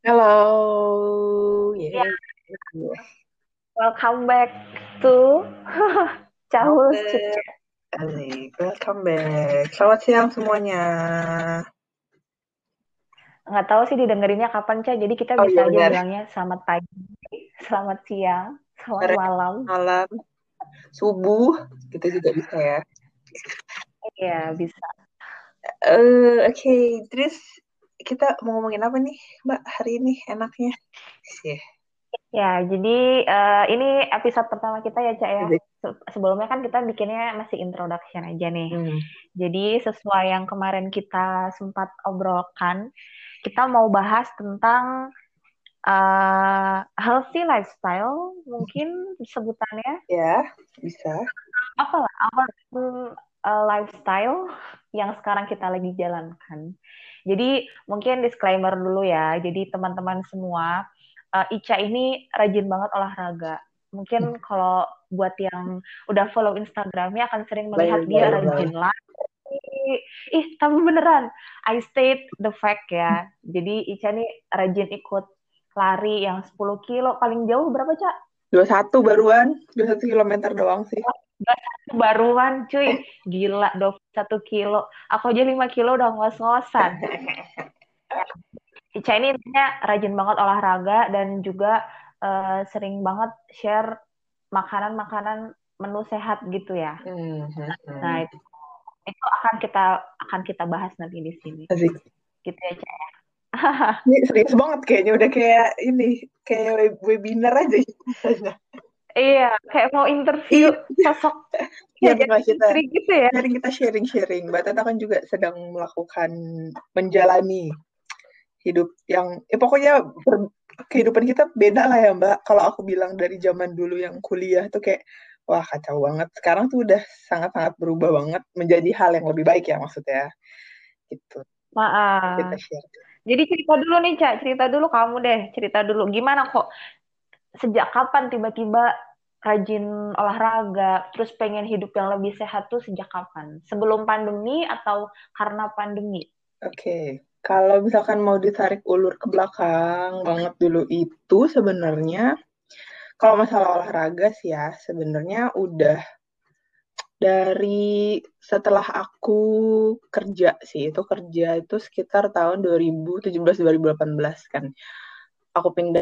Hello, Ya, yeah. welcome back to Cahus Welcome, Chit-Chat. Asik. Welcome back. Selamat siang semuanya. Nggak tahu sih didengerinnya kapan, Ca. Jadi kita Oh bisa iya aja benar. bilangnya selamat pagi, selamat siang, selamat Sore, malam. malam, subuh, gitu juga bisa ya. Iya, bisa. Oke. Terus kita mau ngomongin apa nih, Mbak, hari ini enaknya? Sih, Ya, jadi ini episode pertama kita ya, Ca ya. asik. Sebelumnya kan kita bikinnya masih introduction aja nih. Hmm, Jadi sesuai yang kemarin kita sempat obrolkan, kita mau bahas tentang healthy lifestyle, mungkin sebutannya. ya, bisa. Apalah apa lifestyle yang sekarang kita lagi jalankan. Jadi mungkin disclaimer dulu ya. Jadi teman-teman semua, Ica ini rajin banget olahraga. Mungkin kalau buat yang udah follow Instagramnya akan sering melihat Boleh, dia boleh, boleh. rajin lari. Ih, tapi beneran, I state the fact ya. Jadi Ica nih rajin ikut lari yang 10 kilo. Paling jauh berapa, Cak? 21 baruan, 21 kilometer doang sih. Baruan cuy, gila 21 kilo, aku aja 5 kilo udah ngos-ngosan. Ica ini intinya rajin banget olahraga dan juga sering banget share makanan-makanan menu sehat gitu ya. Hmm, hmm, Nah hmm. itu akan kita bahas nanti di sini Asik. gitu ya Ca. Ini serius banget kayaknya udah kayak ini, kayak webinar aja rasanya. Iya, kayak mau interview Iya, sosok ya iya jadi Mbak, kita istri gitu ya. kita sharing-sharing. Mbak Tata kan juga sedang melakukan menjalani hidup yang pokoknya kehidupan kita beda lah ya Mbak. Kalau aku bilang dari zaman dulu yang kuliah tuh kayak wah kacau banget. Sekarang tuh udah sangat-sangat berubah banget menjadi hal yang lebih baik ya maksudnya. Gitu. Kita Maaf. share. Jadi cerita dulu nih, Cak. Cerita dulu kamu deh. Cerita dulu. Gimana kok sejak kapan tiba-tiba rajin olahraga, terus pengen hidup yang lebih sehat tuh sejak kapan? Sebelum pandemi atau karena pandemi? Oke, kalau misalkan mau ditarik ulur ke belakang banget dulu itu sebenarnya kalau masalah olahraga sih ya sebenarnya udah dari setelah aku kerja sih itu kerja itu sekitar tahun 2017 2018 kan. Aku pindah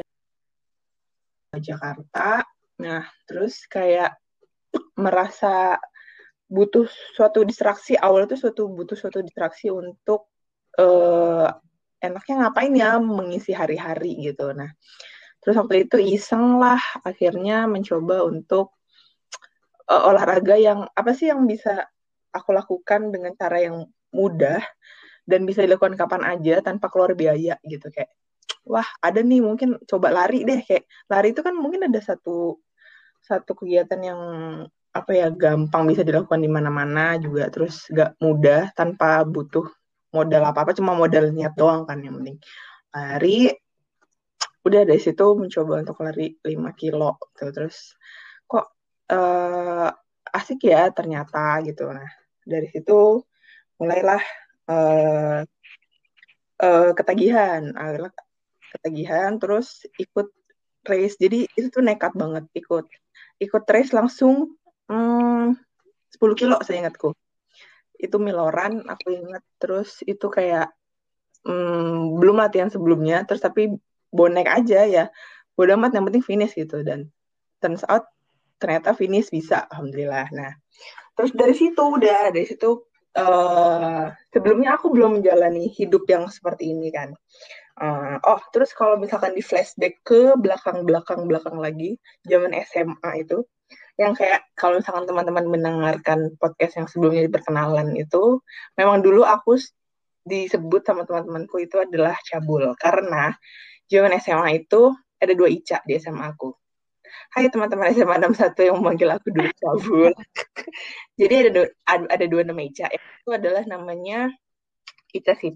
ke Jakarta. Nah, terus kayak merasa butuh suatu distraksi awal itu butuh suatu distraksi untuk eh, enaknya ngapain ya mengisi hari-hari gitu. Nah, terus waktu itu iseng lah akhirnya mencoba untuk olahraga yang apa sih yang bisa aku lakukan dengan cara yang mudah dan bisa dilakukan kapan aja tanpa keluar biaya gitu kayak wah ada nih mungkin coba lari deh kayak lari itu kan mungkin ada satu satu kegiatan yang apa ya gampang bisa dilakukan di mana-mana juga terus gak mudah tanpa butuh modal apa-apa cuma modal niat doang kan yang penting lari udah dari situ mencoba untuk lari 5 kilo gitu. Terus kok eh, asik ya ternyata gitu nah dari situ mulailah eh, ketagihan akhirnya ketagihan terus ikut race jadi itu tuh nekat banget ikut ikut race langsung hmm, 10 kilo saya ingatku itu Miloran aku ingat terus itu kayak belum latihan sebelumnya terus tapi bonek aja ya bodo amat yang penting finish gitu dan turns out ternyata finish bisa alhamdulillah nah terus dari situ sebelumnya aku belum menjalani hidup yang seperti ini kan. Oh, terus kalau misalkan di flashback ke belakang lagi, zaman SMA itu, yang kayak kalau misalkan teman-teman mendengarkan podcast yang sebelumnya di perkenalan itu, memang dulu aku disebut sama teman-temanku itu adalah cabul karena zaman SMA itu ada dua Ica di SMA aku. Hai teman-teman SMA 61 yang memanggil aku dulu cabul. Jadi ada dua nama Ica. Yang itu adalah namanya Ica sih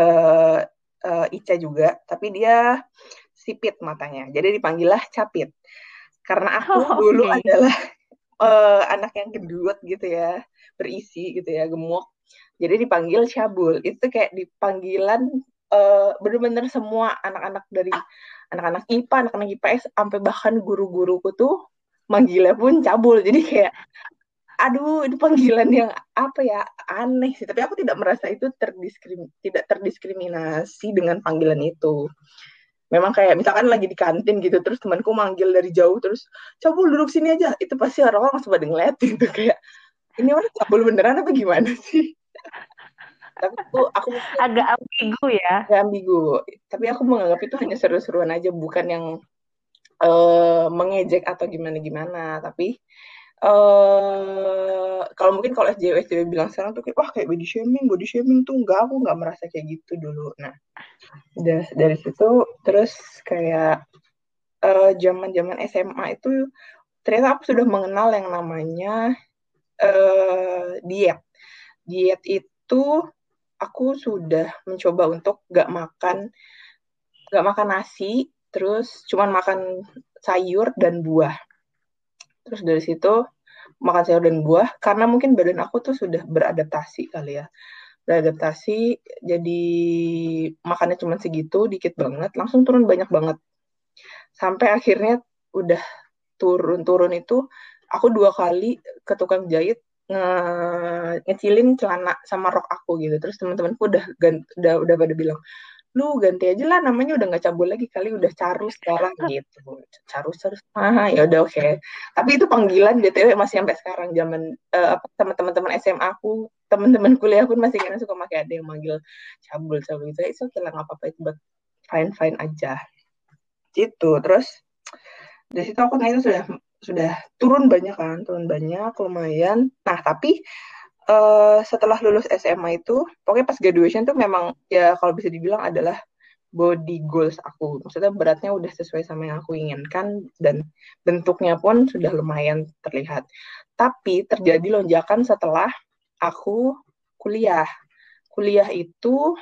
Ica juga, tapi dia sipit matanya. Jadi dipanggillah Capit. Karena aku dulu Oke. adalah anak yang gendut gitu ya, berisi gitu ya, gemuk. Jadi dipanggil Cabul. Itu kayak dipanggilan bener-bener semua anak-anak dari anak-anak IPA, anak-anak IPS, sampai bahkan guru-guruku tuh manggilnya pun cabul. Jadi kayak, aduh, itu panggilan yang apa ya, aneh sih. Tapi aku tidak merasa itu tidak terdiskriminasi dengan panggilan itu. Memang kayak misalkan lagi di kantin gitu, terus temanku manggil dari jauh, terus cabul duduk sini aja. Itu pasti orang-orang langsung pada ngeliatin tuh kayak, ini orang cabul beneran apa gimana sih? Tapi aku mungkin Agak ambigu ya. ya ambigu. Tapi aku menganggap itu hanya seru-seruan aja, bukan yang mengejek atau gimana-gimana. Tapi kalau mungkin kalau SJW bilang sekarang tuh kayak wah kayak body shaming tuh enggak, aku nggak merasa kayak gitu dulu. Nah, dari situ terus kayak zaman-zaman SMA itu ternyata aku sudah mengenal yang namanya diet. Diet itu aku sudah mencoba untuk gak makan nasi, terus cuman makan sayur dan buah. Terus dari situ makan sayur dan buah karena mungkin badan aku tuh sudah beradaptasi kali ya. Beradaptasi jadi makannya cuma segitu, dikit banget, langsung turun banyak banget. Sampai akhirnya udah turun-turun itu aku 2 kali ke tukang jahit ngecilin celana sama rok aku gitu. Terus teman-temanku udah pada bilang, lu ganti aja lah namanya, udah nggak cabul lagi kali, udah carus sekarang gitu. Carus ya udah oke. Tapi itu panggilan BTW masih sampai sekarang, zaman sama teman-teman SMA aku, teman-teman kuliah pun masih kadang suka pakai, ada yang manggil cabul cabul gitu. Itu oke lah, nggak apa-apa, itu buat fine fine aja gitu. Terus dari situ aku ternyata sudah turun banyak kan, turun banyak lumayan. Nah tapi setelah lulus SMA itu, pokoknya pas graduation tuh memang ya kalau bisa dibilang adalah body goals aku. Maksudnya beratnya udah sesuai sama yang aku inginkan dan bentuknya pun sudah lumayan terlihat. Tapi terjadi lonjakan setelah aku kuliah. Kuliah itu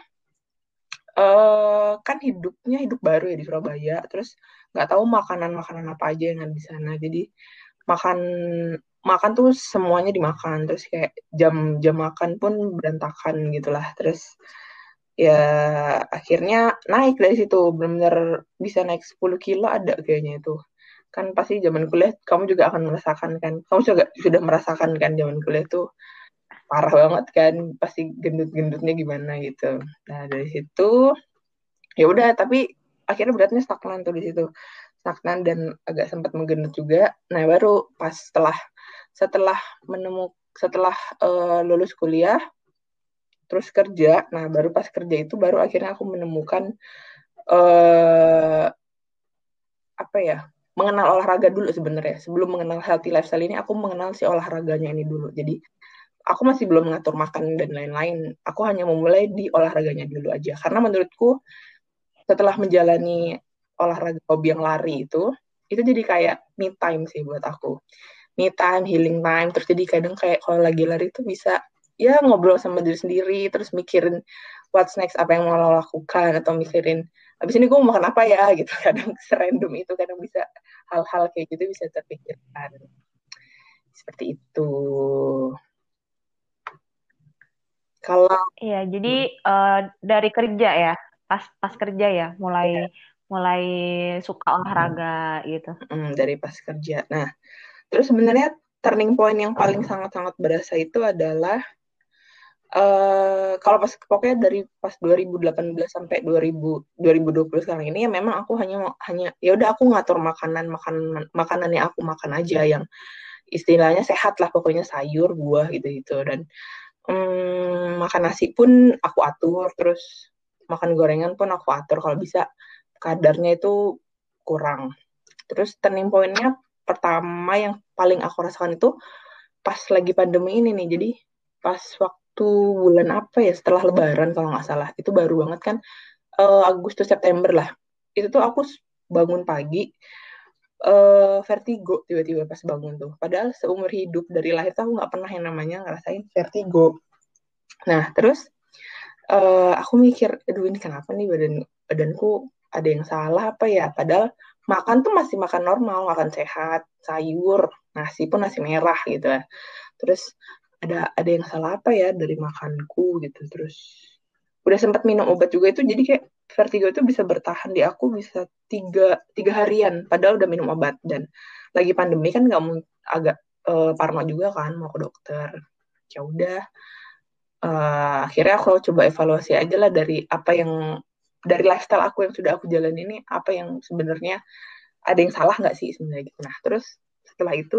kan hidupnya hidup baru ya di Surabaya. Terus nggak tahu makanan-makanan apa aja yang ada di sana. Jadi makan makan tuh semuanya dimakan. Terus kayak jam makan pun berantakan gitulah. Terus ya akhirnya naik dari situ, benar-benar bisa naik 10 kilo ada kayaknya itu. Kan pasti zaman kuliah kamu juga akan merasakan kan, kamu juga sudah merasakan kan zaman kuliah tuh parah banget kan, pasti gendut-gendutnya gimana gitu. Nah dari situ ya udah, tapi akhirnya beratnya stagnan tuh di situ, stagnan dan agak sempat menggendut juga. Nah baru pas setelah setelah lulus kuliah terus kerja. Nah, baru pas kerja itu baru akhirnya aku menemukan eh apa ya? Mengenal olahraga dulu sebenarnya. Sebelum mengenal healthy lifestyle ini, aku mengenal si olahraganya ini dulu. Jadi, aku masih belum mengatur makan dan lain-lain. Aku hanya memulai di olahraganya dulu aja. Karena menurutku setelah menjalani olahraga hobi yang lari itu jadi kayak me time sih buat aku. Me time, healing time. Terus jadi kadang kayak kalau lagi lari itu bisa ya ngobrol sama diri sendiri, terus mikirin what's next, apa yang mau lo lakukan, atau mikirin abis ini gue mau makan apa ya gitu. Kadang serandom itu, kadang bisa hal-hal kayak gitu bisa terpikirkan seperti itu. Kalau Iya, jadi dari kerja ya, pas pas kerja ya, mulai ya, mulai suka olahraga gitu. dari pas kerja. Nah, terus sebenarnya turning point yang paling sangat-sangat berasa itu adalah kalau pas pokoknya dari pas 2018 sampai 2020 sekarang ini, ya memang aku hanya hanya ya udah aku ngatur makanan yang aku makan aja, yang istilahnya sehat lah, pokoknya sayur buah gitu gitu. Dan makan nasi pun aku atur, terus makan gorengan pun aku atur, kalau bisa kadarnya itu kurang. Terus turning point-nya pertama yang paling aku rasakan itu pas lagi pandemi ini nih. Jadi pas waktu bulan apa ya, setelah Lebaran kalau nggak salah, itu baru banget kan, Agustus September lah. Itu tuh aku bangun pagi, vertigo tiba-tiba pas bangun tuh. Padahal seumur hidup dari lahir tuh aku nggak pernah yang namanya ngerasain vertigo. Nah terus aku mikir, aduh ini kenapa nih badanku ada yang salah apa ya? Padahal makan tuh masih makan normal, makan sehat, sayur, nasi pun nasi merah gitu ya. Terus ada yang salah apa ya dari makanku gitu. Terus udah sempat minum obat juga itu, jadi kayak vertigo itu bisa bertahan di aku bisa tiga harian padahal udah minum obat. Dan lagi pandemi kan nggak mau, agak parno juga kan mau ke dokter. Ya udah, akhirnya aku coba evaluasi aja lah dari apa yang, dari lifestyle aku yang sudah aku jalan ini, apa yang sebenarnya ada yang salah nggak sih sebenarnya gitu. Nah terus setelah itu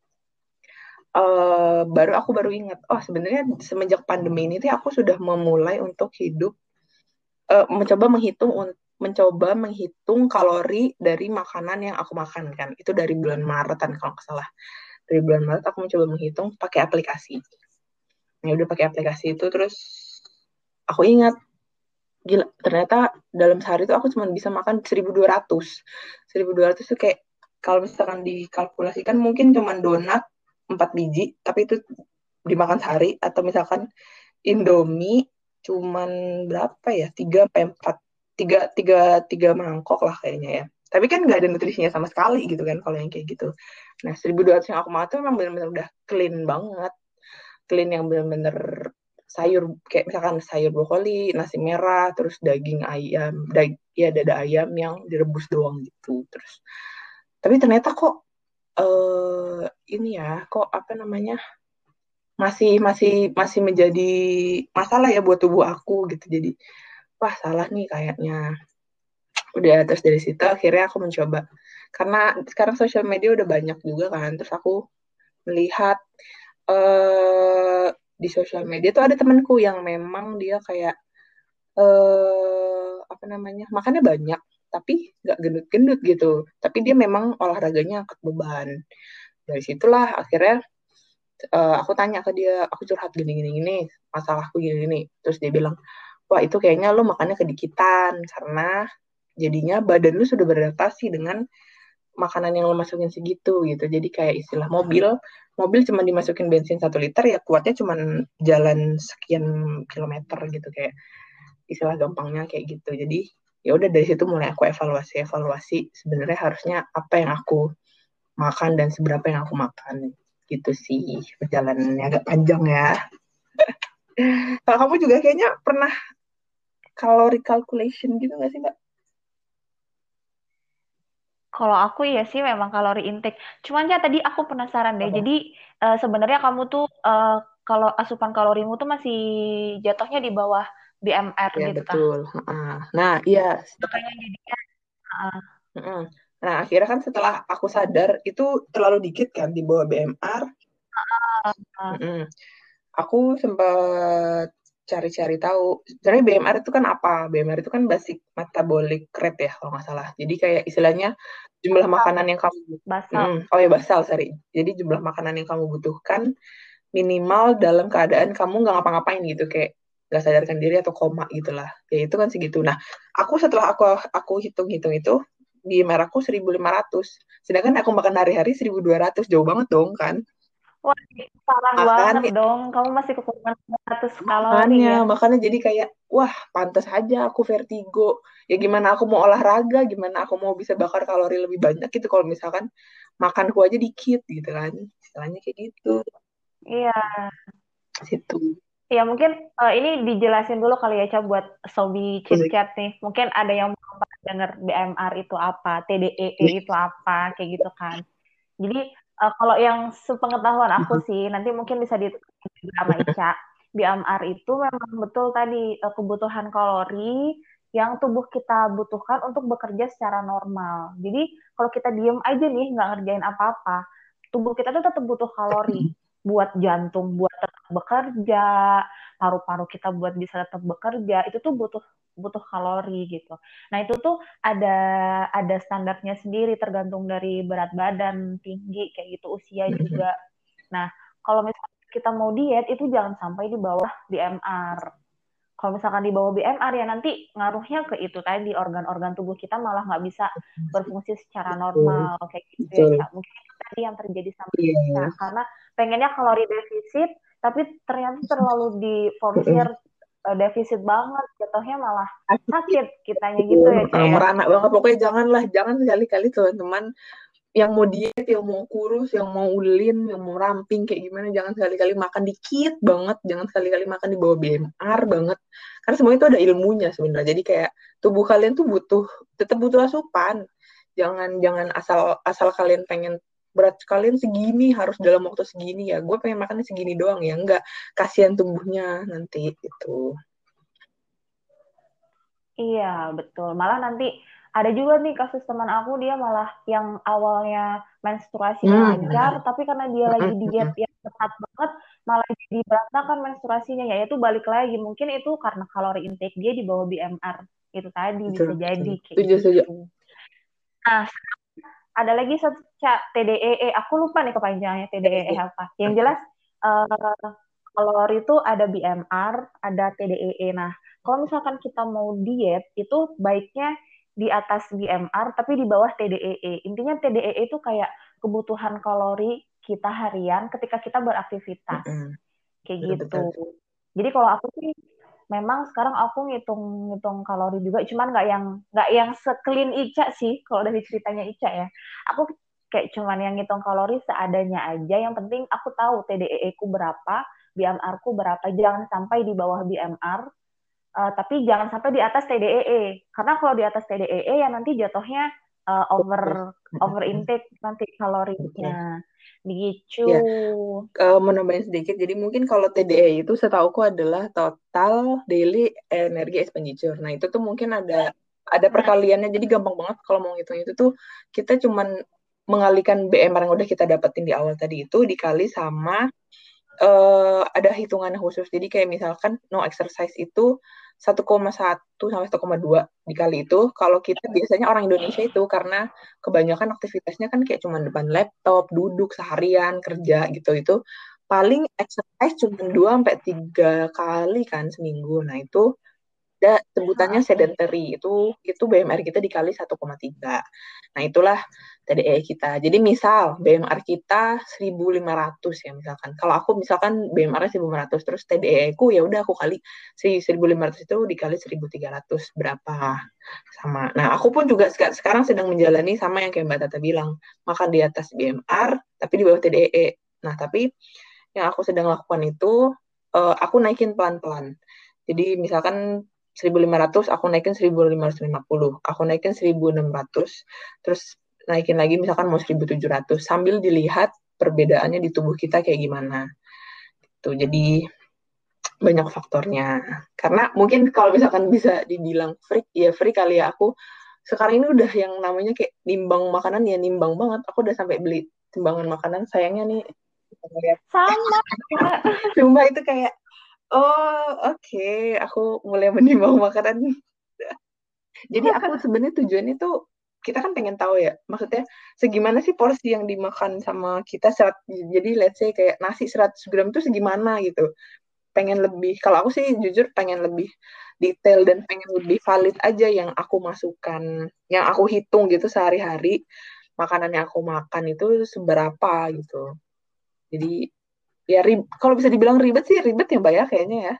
baru ingat, oh sebenarnya semenjak pandemi ini tuh aku sudah memulai untuk hidup, mencoba menghitung kalori dari makanan yang aku makan kan. Itu dari bulan Maretan kalau nggak salah. Dari bulan Maret aku mencoba menghitung pakai aplikasi. Ya udah pakai aplikasi itu, terus aku ingat, gila ternyata dalam sehari itu aku cuma bisa makan 1.200. 1.200 tuh kayak kalau misalkan dikalkulasikan mungkin cuma donat 4 biji, tapi itu dimakan sehari. Atau misalkan Indomie cuman berapa ya, 3 sampai 4, tiga mangkok lah kayaknya ya. Tapi kan nggak ada nutrisinya sama sekali gitu kan kalau yang kayak gitu. Nah 1.200 yang aku makan tuh memang benar-benar udah clean banget. Clean yang benar-benar sayur, kayak misalkan sayur brokoli, nasi merah, terus daging ayam, ya dada ayam yang direbus doang gitu. Terus tapi ternyata kok, ini ya, kok apa namanya, masih masih masih menjadi masalah ya buat tubuh aku gitu. Jadi wah salah nih kayaknya. Udah, terus dari situ akhirnya aku mencoba, karena sekarang sosial media udah banyak juga kan. Terus aku melihat, eh di sosial media tuh ada temanku yang memang dia kayak, apa namanya, makannya banyak tapi nggak gendut-gendut gitu. Tapi dia memang olahraganya angkat beban. Dari situlah akhirnya, aku tanya ke dia, aku curhat gini-gini gini, masalahku gini-gini. Terus dia bilang, wah itu kayaknya lo makannya kedikitan karena jadinya badan lu sudah beradaptasi dengan makanan yang lo masukin segitu gitu. Jadi kayak istilah mobil, mobil cuma dimasukin bensin 1 liter ya kuatnya cuma jalan sekian kilometer gitu, kayak istilah gampangnya kayak gitu. Jadi ya udah dari situ mulai aku evaluasi sebenarnya harusnya apa yang aku makan dan seberapa yang aku makan gitu sih. Perjalanannya agak panjang ya. Kalau kamu juga kayaknya pernah kalori calculation gitu nggak sih Mbak? Kalau aku ya sih memang kalori intake. Cuman ya tadi aku penasaran deh. Oh, Jadi sebenarnya kamu tuh kalau asupan kalorimu tuh masih jatuhnya di bawah BMR ya gitu kah? betul. Nah, iya. Makanya jadinya Mm-mm. Nah, akhirnya kan setelah aku sadar itu terlalu dikit kan di bawah BMR. uh, Mm-mm. Aku sempat cari-cari tahu. Sebenarnya BMR itu kan apa? BMR itu kan basic metabolic rate ya kalau nggak salah. Jadi kayak istilahnya jumlah makanan yang kamu, basal. oh ya basal, sorry. Jadi jumlah makanan yang kamu butuhkan minimal dalam keadaan kamu nggak ngapa-ngapain gitu, kayak nggak sadarkan diri atau koma gitulah. Ya itu kan segitu. Nah, aku setelah aku hitung-hitung itu di merahku 1.500. Sedangkan aku makan hari-hari 1.200, jauh banget dong kan. Wah, parah banget Makanya dong. Kamu masih kekurangan 100 kalori makanya ya. makanya jadi kayak wah, pantas aja aku vertigo. Ya gimana aku mau olahraga, gimana aku mau bisa bakar kalori lebih banyak gitu kalau misalkan makanku aja dikit gitu kan. Istilahnya kayak gitu. Iya. Situ. Ya mungkin ini dijelasin dulu kali ya, Ca, buat Sobi Chit Chat nih. Mungkin ada yang belum pernah dengar BMR itu apa, TDEE itu apa, kayak gitu kan. Jadi kalau yang sepengetahuan aku sih, nanti mungkin bisa ditekan sama Ica. BMR itu memang betul tadi kebutuhan kalori yang tubuh kita butuhkan untuk bekerja secara normal. Jadi kalau kita diem aja nih nggak ngerjain apa-apa, tubuh kita tuh tetap butuh kalori buat jantung buat tetap bekerja, paru-paru kita buat bisa tetap bekerja, itu tuh butuh butuh kalori gitu. Nah itu tuh ada standarnya sendiri tergantung dari berat badan, tinggi kayak gitu, usia juga. Nah, kalau misalnya kita mau diet itu jangan sampai di bawah BMR. Kalau misalkan di bawah BMR ya nanti ngaruhnya ke itu tadi organ-organ tubuh kita malah nggak bisa berfungsi secara Betul, normal kayak gitu ya, betul. Cak. Mungkin itu tadi yang terjadi sama Iya. Cak karena pengennya kalori defisit tapi ternyata terlalu diforsir defisit banget, jatuhnya malah sakit kitanya gitu Betul. ya, Cak ya. Merana banget pokoknya, jangan sekali-kali teman-teman yang mau diet, yang mau kurus, yang mau lean, yang mau ramping kayak gimana, jangan sekali-kali makan dikit banget, jangan sekali-kali makan di bawah BMR banget. Karena semua itu ada ilmunya sebenarnya. Jadi kayak tubuh kalian tuh tetap butuh asupan. Jangan jangan asal asal kalian pengen berat kalian segini harus dalam waktu segini ya. Gue pengen makannya segini doang ya, enggak. Kasihan tubuhnya nanti itu. Iya, betul. Malah nanti ada juga nih kasus teman aku, dia malah yang awalnya menstruasinya lancar, Benar. tapi karena dia lagi diet yang ketat banget, malah jadi berantakan menstruasinya. Ya itu balik lagi, mungkin itu karena kalori intake dia di bawah BMR. Itu tadi Betul, bisa betul. jadi kayak Setuju, setuju. gitu. Nah, ada lagi satu TDEE. Aku lupa nih kepanjangannya TDEE apa. Yang jelas kalori itu ada BMR, ada TDEE. Nah, kalau misalkan kita mau diet, itu baiknya di atas BMR tapi di bawah TDEE. Intinya TDEE itu kayak kebutuhan kalori kita harian ketika kita beraktivitas. Kayak Betul, gitu. betul. Jadi kalau aku sih memang sekarang aku ngitung kalori juga, cuman nggak yang se-clean Ica sih kalau dari ceritanya Ica ya. Aku kayak cuman yang ngitung kalori seadanya aja. Yang penting aku tahu TDEE ku berapa, BMR ku berapa. Jangan sampai di bawah BMR, tapi jangan sampai di atas TDEE. Karena kalau di atas TDEE ya nanti jatuhnya over over intake nanti Betul. kalorinya. Begitu. Ya, menambahin sedikit. Jadi mungkin kalau TDE itu setauku adalah total daily energy expenditure. Nah, itu tuh mungkin ada Nah, perkaliannya. Jadi gampang banget kalau mau ngitung itu tuh kita cuman mengalihkan BMR yang udah kita dapetin di awal tadi itu dikali sama ada hitungan khusus. Jadi kayak misalkan no exercise itu 1,1 sampai 1,2 dikali itu. Kalau kita biasanya orang Indonesia itu karena kebanyakan aktivitasnya kan kayak cuma depan laptop, duduk seharian, kerja gitu. Itu paling exercise cuma 2 sampai 3 kali kan seminggu. Nah, itu ada sebutannya sedentary itu BMR kita dikali 1,3. Nah, itulah TDE kita. Jadi misal BMR kita 1.500 ya misalkan. Kalau aku misalkan BMR-nya 1.500 terus TDE ku ya udah aku kali 1.500 itu dikali 1.300 berapa sama. Nah, aku pun juga sekarang sedang menjalani sama yang kayak Mbak Tata bilang, makan di atas BMR tapi di bawah TDE. Nah, tapi yang aku sedang lakukan itu aku naikin pelan-pelan. Jadi misalkan 1.500, aku naikin 1.550, aku naikin 1.600, terus naikin lagi misalkan mau 1.700, sambil dilihat perbedaannya di tubuh kita kayak gimana. Tuh, jadi banyak faktornya. Karena mungkin kalau misalkan bisa dibilang freak, ya freak kali ya aku. Sekarang ini udah yang namanya kayak nimbang makanan ya nimbang banget. Aku udah sampai beli timbangan makanan. Sayangnya nih, sama. Sumpah itu kayak, oh oke, aku mulai menimbang makanan. Jadi aku sebenarnya tujuannya tuh kita kan pengen tahu ya, maksudnya segimana sih porsi yang dimakan sama kita jadi let's say kayak nasi 100 gram itu segimana gitu. Pengen lebih, kalau aku sih jujur pengen lebih detail dan pengen lebih valid aja yang aku masukkan, yang aku hitung gitu sehari-hari, makanan yang aku makan itu seberapa gitu. Jadi ya kalau bisa dibilang ribet sih ribet ya Mbak ya kayaknya ya.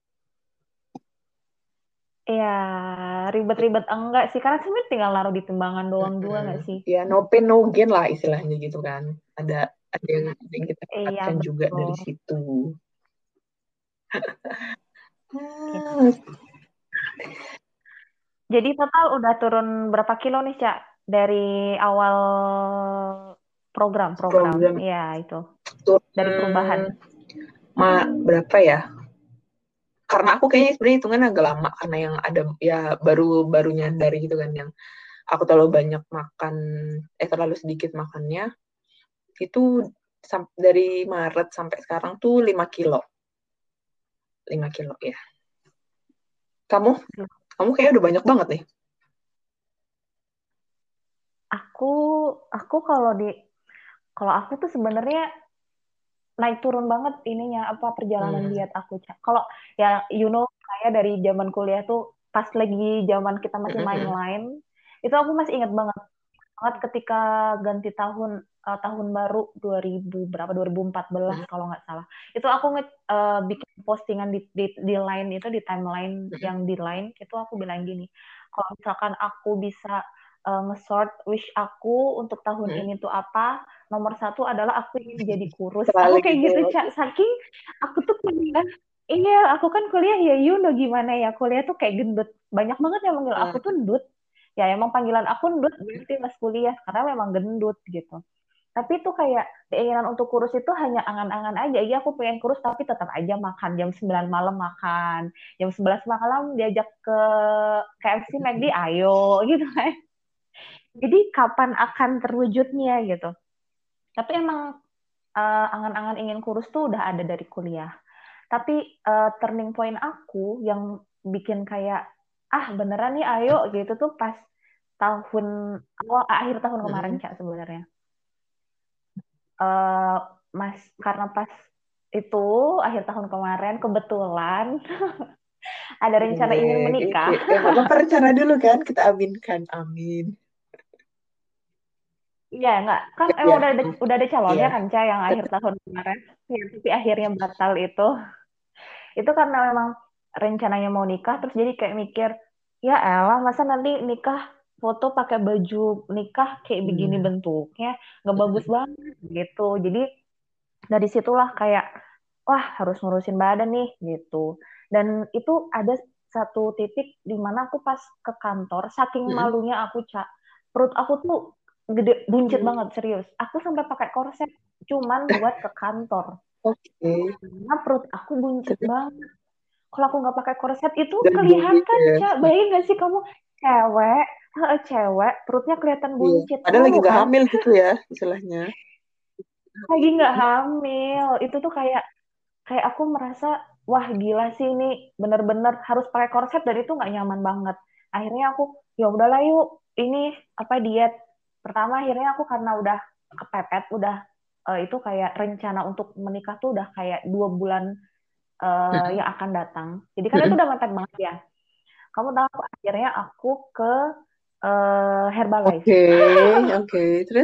Ya, ribet-ribet enggak sih, karena sebenarnya tinggal naruh di timbangan doang juga enggak sih? Ya no pain no gain lah istilahnya gitu kan. Ada yang kita Iya, dapatkan juga betul. dari situ. Gitu. Ah, Jadi total udah turun berapa kilo nih, Cak? Dari awal program. program Iya, itu. Dari perubahan. turun berapa ya? Karena aku kayaknya sebenarnya hitungan agak lama karena yang ada ya baru nyadar gitu kan yang aku terlalu banyak makan terlalu sedikit makannya itu dari Maret sampai sekarang tuh 5 kilo 5 kilo ya. Kamu kamu kayaknya udah banyak banget nih. Aku aku kalau aku tuh sebenarnya naik turun banget ininya apa perjalanan Hmm. diet aku, Cak. Kalau ya saya dari zaman kuliah tuh pas lagi zaman kita masih main Mm-mm. line, itu aku masih ingat banget ketika ganti tahun tahun baru 2000 berapa 2014 Mm-mm. kalau nggak salah. Itu aku bikin postingan di line itu di timeline yang di line itu aku bilang gini, kalau misalkan aku bisa nge-sort wish aku untuk tahun Hmm. ini tuh apa. Nomor satu adalah aku ingin jadi kurus. Selalu Aku kayak gitu. gitu, Cak. Saking aku tuh kuliah. Iya, aku kan kuliah ya, you know gimana ya. Kuliah tuh kayak gendut. Banyak banget yang manggil aku Nah, tuh ndut. Ya emang panggilan aku ndut berarti pas kuliah. Karena memang gendut gitu. Tapi itu kayak keinginan untuk kurus itu hanya angan-angan aja. Iya aku pengen kurus tapi tetap aja makan. Jam 9 malam makan. Jam 11 malam diajak ke KFC McD, ayo gitu kan. Jadi kapan akan terwujudnya gitu. Tapi emang angan-angan ingin kurus tuh udah ada dari kuliah. Tapi turning point aku yang bikin kayak beneran nih ayo gitu tuh pas tahun awal akhir tahun kemarin hmm. Cak sebenarnya. Eh, Mas karena pas itu akhir tahun kemarin kebetulan ada rencana ingin menikah. Ya nggak apa-apa, rencana dulu kan kita aminkan, amin. Iya, enggak. Kan emang Ya, udah ada calonnya iya. kan, Ca, yang akhir tahun kemarin. Ya, tapi akhirnya batal itu. Itu karena memang rencananya mau nikah, terus jadi kayak mikir, ya elah, masa nanti nikah foto pakai baju nikah kayak begini Hmm. bentuknya, nggak bagus banget gitu. Jadi dari situlah kayak, wah harus ngurusin badan nih gitu. Dan itu ada satu titik di mana aku pas ke kantor, saking Hmm. malunya aku, Ca, perut aku tuh gede, buncit Hmm. banget, serius. Aku sampai pakai korset cuman buat ke kantor. Oke. Karena perut aku buncit Terus banget. Kalau aku nggak pakai korset itu gembul gitu kelihatan, ya. Cak. Bayangin nggak sih kamu cewek, cewek perutnya kelihatan Iya. buncit, Padahal lagi malu gak kan? hamil gitu ya istilahnya. Lagi nggak hamil, itu tuh kayak kayak aku merasa wah gila sih ini bener-bener harus pakai korset dan itu nggak nyaman banget. Akhirnya aku ya udahlah yuk ini apa diet. Pertama akhirnya aku karena udah kepepet, udah itu kayak rencana untuk menikah tuh udah kayak 2 bulan Hmm. yang akan datang. Jadi kan itu Hmm. udah mepet banget ya. Kamu tahu akhirnya aku ke Herbalife. Oke, oke. Terus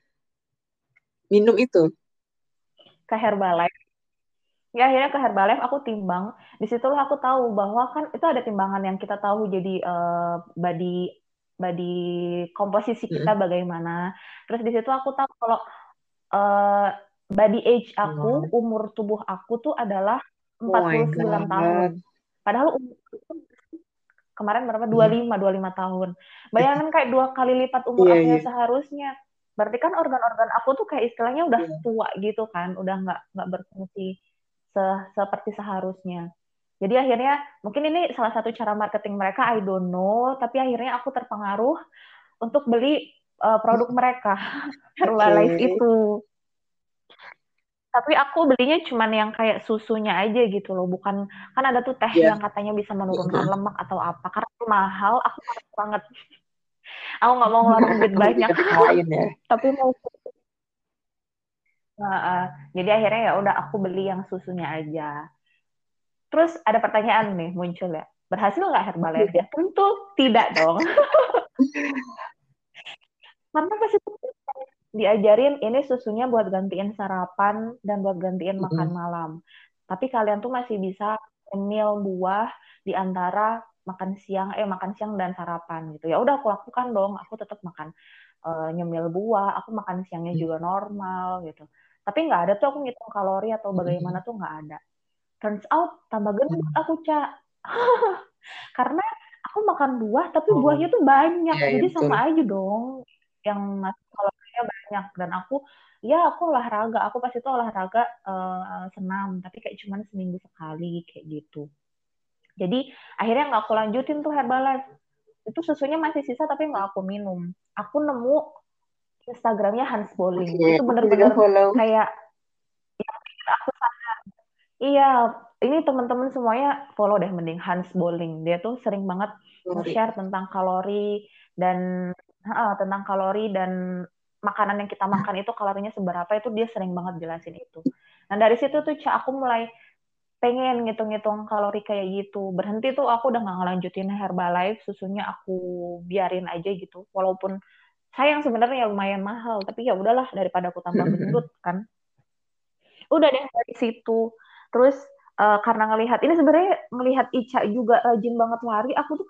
minum itu. Ke Herbalife. Ya akhirnya ke Herbalife aku timbang. Di situlah aku tahu bahwa kan itu ada timbangan yang kita tahu jadi body body komposisi kita Hmm. bagaimana. Terus di situ aku tahu kalau eh, body age aku, Wow. umur tubuh aku tuh adalah Oh empat my puluh sembilan tahun. God. Padahal umur kemarin berapa? Hmm. 25 tahun. Bayangkan kayak 2 kali lipat umur Iya, aku iya. yang seharusnya. Berarti kan organ-organ aku tuh kayak istilahnya udah Iya. tua gitu kan, udah nggak berfungsi seperti seharusnya. Jadi akhirnya mungkin ini salah satu cara marketing mereka, I don't know. Tapi akhirnya aku terpengaruh untuk beli produk Hmm. mereka Oke. Herbalife itu. Tapi aku belinya cuman yang kayak susunya aja gitu loh, bukan kan ada tuh teh Iya. yang katanya bisa menurunkan Hmm. lemak atau apa. Karena itu mahal, aku malas banget. Aku nggak mau ngeluarin duit Beli banyak, ke tempat lain ya. tapi mau. Jadi akhirnya ya udah aku beli yang susunya aja. Terus ada pertanyaan nih muncul ya, berhasil nggak Herbalife-nya? Tentu tidak dong. Karena pas itu diajarin ini susunya buat gantiin sarapan dan buat gantiin makan Hmm. malam. Tapi kalian tuh masih bisa nyemil buah di antara makan siang dan sarapan gitu. Ya udah aku lakukan dong. Aku tetap makan nyemil buah, aku makan siangnya juga normal gitu. Tapi nggak ada tuh aku ngitung kalori atau bagaimana Hmm. tuh nggak ada. Turns out tambah gendut Hmm. aku, Cak. Karena aku makan buah tapi Oh, buahnya tuh banyak. iya, iya Jadi betul. sama aja dong yang masuk kalorinya banyak. Dan aku olahraga. Aku pas itu olahraga senam, tapi kayak cuman seminggu sekali kayak gitu. Jadi akhirnya nggak aku lanjutin tuh Herbalife. Itu susunya masih sisa tapi nggak aku minum. Aku nemu Instagramnya Hans Oke, Bowling. Itu aku juga bener-bener follow. kayak aku iya, ini teman-teman semuanya follow deh mending Hans Bowling. Dia tuh sering banget Sorry. nge-share tentang kalori dan tentang kalori dan makanan yang kita makan itu kalorinya seberapa itu dia sering banget jelasin itu. Nah dari situ tuh aku mulai pengen ngitung-ngitung kalori kayak gitu. Berhenti tuh aku udah nggak ngelanjutin Herbalife, susunya aku biarin aja gitu. Walaupun sayang sebenarnya lumayan mahal, tapi ya udahlah daripada aku tambah gendut kan. Udah deh dari situ. Terus karena ngelihat ini sebenarnya ngelihat Ica juga rajin banget lari, aku tuh kayak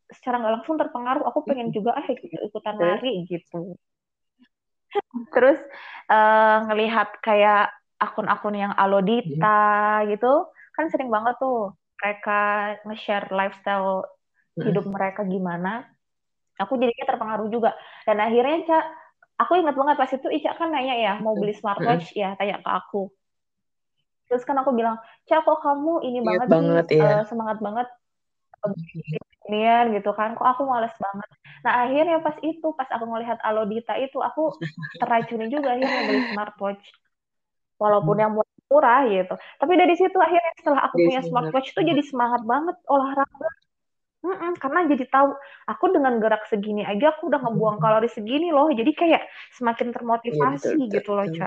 secara nggak langsung terpengaruh, aku pengen juga ikutan Terus? lari gitu. Terus ngelihat kayak akun-akun yang Alodita gitu, kan sering banget tuh mereka nge-share lifestyle hidup mereka gimana. Aku jadinya terpengaruh juga. Dan akhirnya, Cak, aku ingat banget pas itu Ica kan nanya ya, mau beli smartwatch ya, tanya ke aku. Terus kan aku bilang, Cak, kok kamu ini Ingat banget sih, banget ya. semangat banget inian gitu kan, kok aku males banget. Nah akhirnya pas aku ngelihat Alodita itu, aku teracuni juga akhirnya beli smartwatch. Walaupun yang murah gitu. Tapi dari situ akhirnya setelah aku Jadi punya semangat. smartwatch itu jadi semangat banget olahraga. Karena jadi tahu aku dengan gerak segini aja aku udah ngebuang kalori segini loh. Jadi kayak semakin Iya betul termotivasi betul gitu loh, betul. Cak.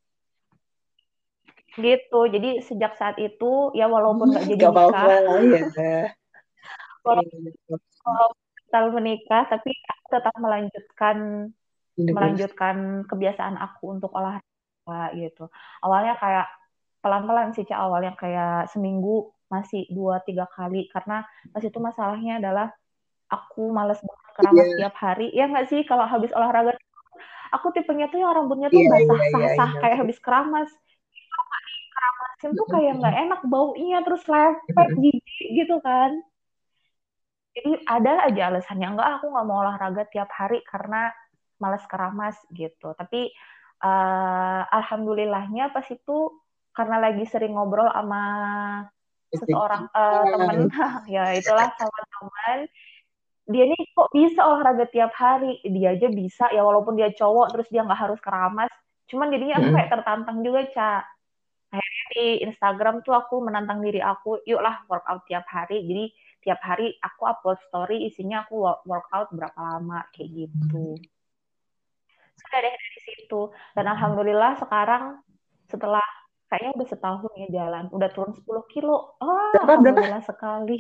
Gitu. Jadi sejak saat itu ya walaupun nggak jadi Gak nikah, apa-apa lah ya. walaupun batal menikah, tapi aku tetap melanjutkan Bener-bener. melanjutkan kebiasaan aku untuk olahraga gitu. Awalnya kayak pelan-pelan sih, Cak. Awalnya kayak seminggu masih 2-3 kali karena pas itu masalahnya adalah aku males banget keramas Iya tiap hari. Ya nggak sih, kalau habis olahraga aku tipenya tuh yang rambutnya tuh iya basah iya iya sah-sah iya. kayak habis keramas. Keramasin tuh kayak nggak enak baunya, terus lepek jijik gitu kan. Jadi ada aja alasannya, enggak aku nggak mau olahraga tiap hari karena malas keramas gitu. Tapi alhamdulillahnya pas itu karena lagi sering ngobrol sama seseorang temen, ya itulah sama teman, dia nih kok bisa olahraga tiap hari, dia aja bisa ya walaupun dia cowok terus dia nggak harus keramas. Cuman jadinya aku kayak tertantang juga, Ca. Akhirnya di Instagram tuh aku menantang diri aku, yuklah workout tiap hari. Jadi tiap hari aku upload story isinya aku workout berapa lama kayak gitu. Sudah deh dari situ. Dan alhamdulillah sekarang setelah kayaknya udah setahun ya jalan, udah turun 10 kilo. Oh, Berapa berapa? alhamdulillah sekali.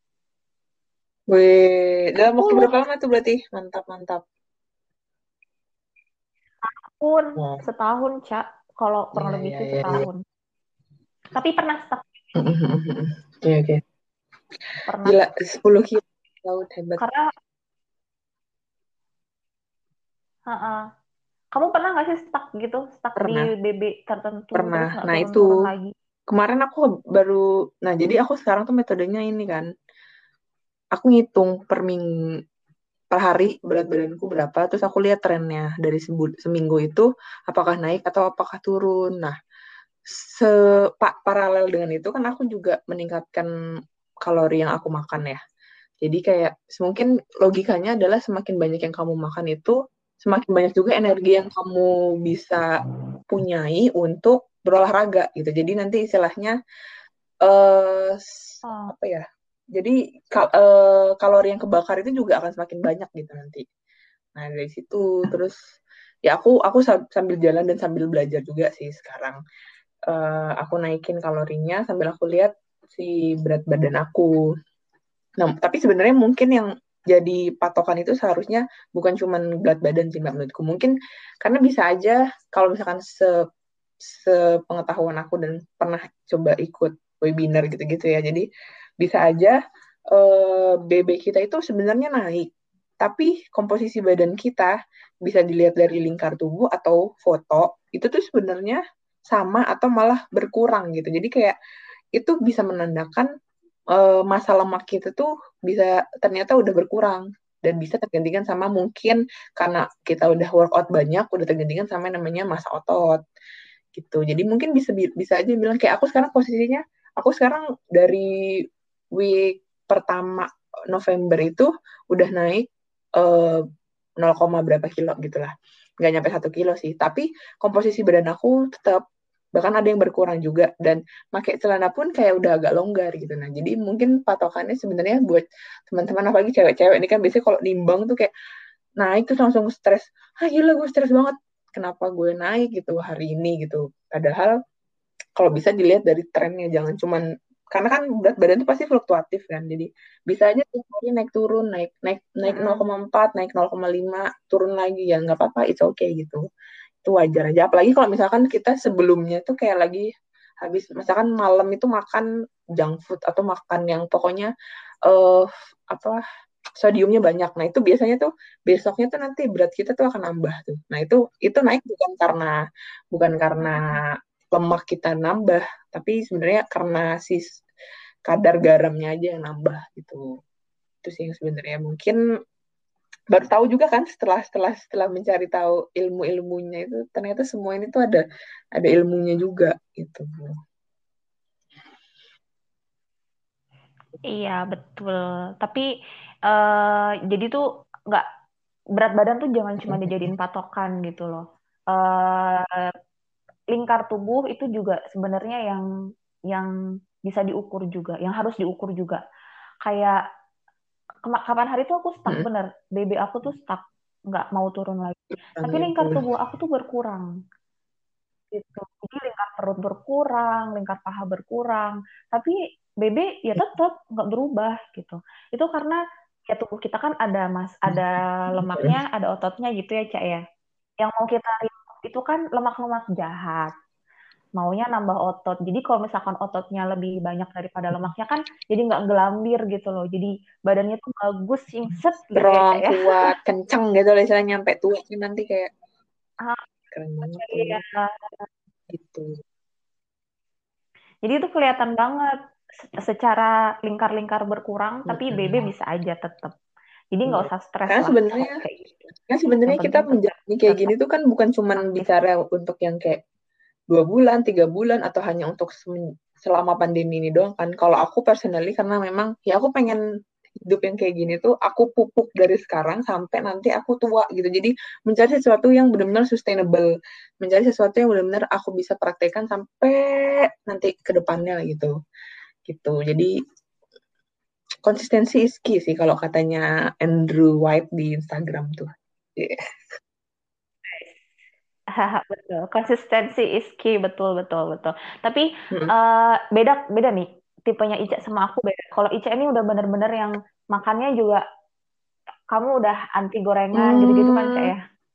Wih, dalam waktu 10 berapa lama tuh berarti? Mantap mantap. pun Wow. setahun, Cak. Kalau kurang Iya lebih iya sih iya iya. setahun. Tapi pernah stuck Oke oke. pernah. Gila 10 kilo. Laut hebat. Karena uh, kamu pernah nggak sih stuck gitu, stuck di Pernah BB tertentu pernah. terus nggak Nah itu turun-turun lagi? kemarin aku baru. Nah jadi aku sekarang tuh metodenya ini kan. Aku ngitung per hari berat badanku berapa, terus aku lihat trennya dari seminggu itu apakah naik atau apakah turun. Nah, paralel dengan itu kan aku juga meningkatkan kalori yang aku makan ya. Jadi kayak mungkin logikanya adalah semakin banyak yang kamu makan itu semakin banyak juga energi yang kamu bisa punyai untuk berolahraga gitu. Jadi nanti istilahnya eh Oh, apa ya? Jadi kalori yang kebakar itu juga akan semakin banyak gitu nanti. Nah, dari situ terus ya aku sambil jalan dan sambil belajar juga sih sekarang. Aku naikin kalorinya sambil aku lihat si berat badan aku. Nah, tapi sebenarnya mungkin yang jadi patokan itu seharusnya bukan cuma berat badan sih Mbak menurutku. Mungkin karena bisa aja kalau misalkan sepengetahuan aku dan pernah coba ikut webinar gitu-gitu ya. Jadi bisa aja BB kita itu sebenarnya naik, tapi komposisi badan kita bisa dilihat dari lingkar tubuh atau foto itu tuh sebenarnya sama atau malah berkurang gitu. Jadi kayak itu bisa menandakan masa lemak kita tuh bisa ternyata udah berkurang dan bisa tergantikan sama mungkin karena kita udah workout banyak udah tergantikan sama yang namanya massa otot gitu. Jadi mungkin bisa bisa aja bilang kayak aku sekarang posisinya aku sekarang dari week pertama November itu udah naik 0, berapa kilo gitu lah. Nggak nyampe 1 kilo sih. Tapi komposisi badan aku tetap bahkan ada yang berkurang juga dan pakai celana pun kayak udah agak longgar gitu. Nah, jadi mungkin patokannya sebenarnya buat teman-teman apalagi cewek-cewek ini kan biasanya kalau nimbang tuh kayak naik tuh langsung stres. Ah gila gue stres banget. Kenapa gue naik gitu hari ini gitu. Padahal kalau bisa dilihat dari trennya jangan cuman karena kan berat badan itu pasti fluktuatif kan. Jadi bisa aja tiap hari naik turun, naik naik naik mm-mm. 0,4, naik 0,5, turun lagi ya nggak apa-apa, it's okay gitu. Itu wajar aja. Apalagi kalau misalkan kita sebelumnya tuh kayak lagi habis misalkan malam itu makan junk food atau makan yang pokoknya eh apa sodiumnya banyak. Nah, itu biasanya tuh besoknya tuh nanti berat kita tuh akan nambah tuh. Nah, itu naik bukan karena lemak kita nambah, tapi sebenarnya karena si kadar garamnya aja yang nambah gitu. Itu sih yang sebenarnya mungkin baru tahu juga kan setelah mencari tahu ilmu-ilmunya itu ternyata semua ini tuh ada ilmunya juga gitu. Iya, betul. Tapi jadi tuh nggak berat badan tuh jangan cuma dijadiin patokan gitu loh. Eh Lingkar tubuh itu juga sebenarnya yang bisa diukur juga, yang harus diukur juga. Kayak kapan hari tuh aku stuck Hmm, bener, BB aku tuh stuck, nggak mau turun lagi. Tapi lingkar gitu. tubuh aku tuh berkurang gitu. Jadi lingkar perut berkurang, lingkar paha berkurang, tapi BB ya tetap nggak berubah gitu. Itu karena ya tubuh kita kan ada lemaknya, ada ototnya gitu ya, Cak ya. Yang mau kita remove itu kan lemak-lemak jahat. Maunya nambah otot. Jadi kalau misalkan ototnya lebih banyak daripada lemaknya kan jadi nggak gelambir gitu loh. Jadi badannya tuh bagus, singset gitu ya, Strong, Cak ya. kuat, kenceng gitu lah istilahnya nyampe tua sih nanti kayak Ah, keren banget tuh iya. gitu. Jadi itu kelihatan banget secara lingkar-lingkar berkurang, tapi BB Mm-mm. bisa aja tetap. Jadi nggak Iya. usah stres Karena lah sebenarnya kalau kayak gitu. kan Yang sebenarnya kita penting tetap menjalani kayak gini tetap tuh kan bukan cuman aktif. bicara untuk yang kayak 2 bulan, 3 bulan, atau hanya untuk selama pandemi ini doang kan. Kalau aku personally karena memang ya aku pengen hidup yang kayak gini tuh aku pupuk dari sekarang sampai nanti aku tua gitu. Jadi mencari sesuatu yang benar-benar sustainable, mencari sesuatu yang benar-benar aku bisa praktekkan sampai nanti ke depannya gitu. Gitu. Jadi konsistensi is key sih kalau katanya Andrew White di Instagram tuh. Yeah. Betul. Konsistensi is key, betul betul betul. Tapi Hmm. beda beda nih tipenya Ica sama aku beda. Kalau Ica ini udah bener-bener yang makannya juga kamu udah anti gorengan gitu-gitu kan, Cak Hmm, ya?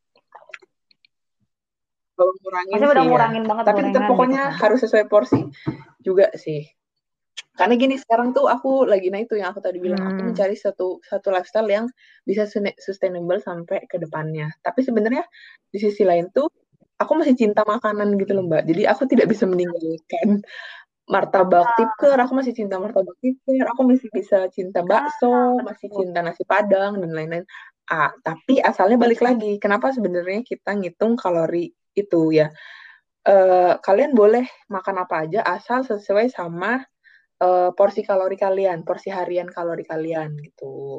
kalau ngurangin Maksudnya udah sih ya. ngurangin banget Tapi tetap gorengan gitu pokoknya kan? harus sesuai porsi juga sih. Karena gini sekarang tuh aku lagi, nah itu yang aku tadi bilang, aku Hmm. mencari satu satu lifestyle yang bisa sustainable sampai ke depannya. Tapi sebenarnya di sisi lain tuh aku masih cinta makanan gitu loh Mbak. Jadi aku tidak bisa meninggalkan martabak tipker, aku masih cinta martabak tipker, aku masih bisa cinta bakso, Ah, masih betul. cinta nasi padang dan lain-lain. Tapi asalnya balik lagi, kenapa sebenarnya kita ngitung kalori itu ya? Kalian boleh makan apa aja asal sesuai sama porsi kalori kalian, porsi harian kalori kalian gitu.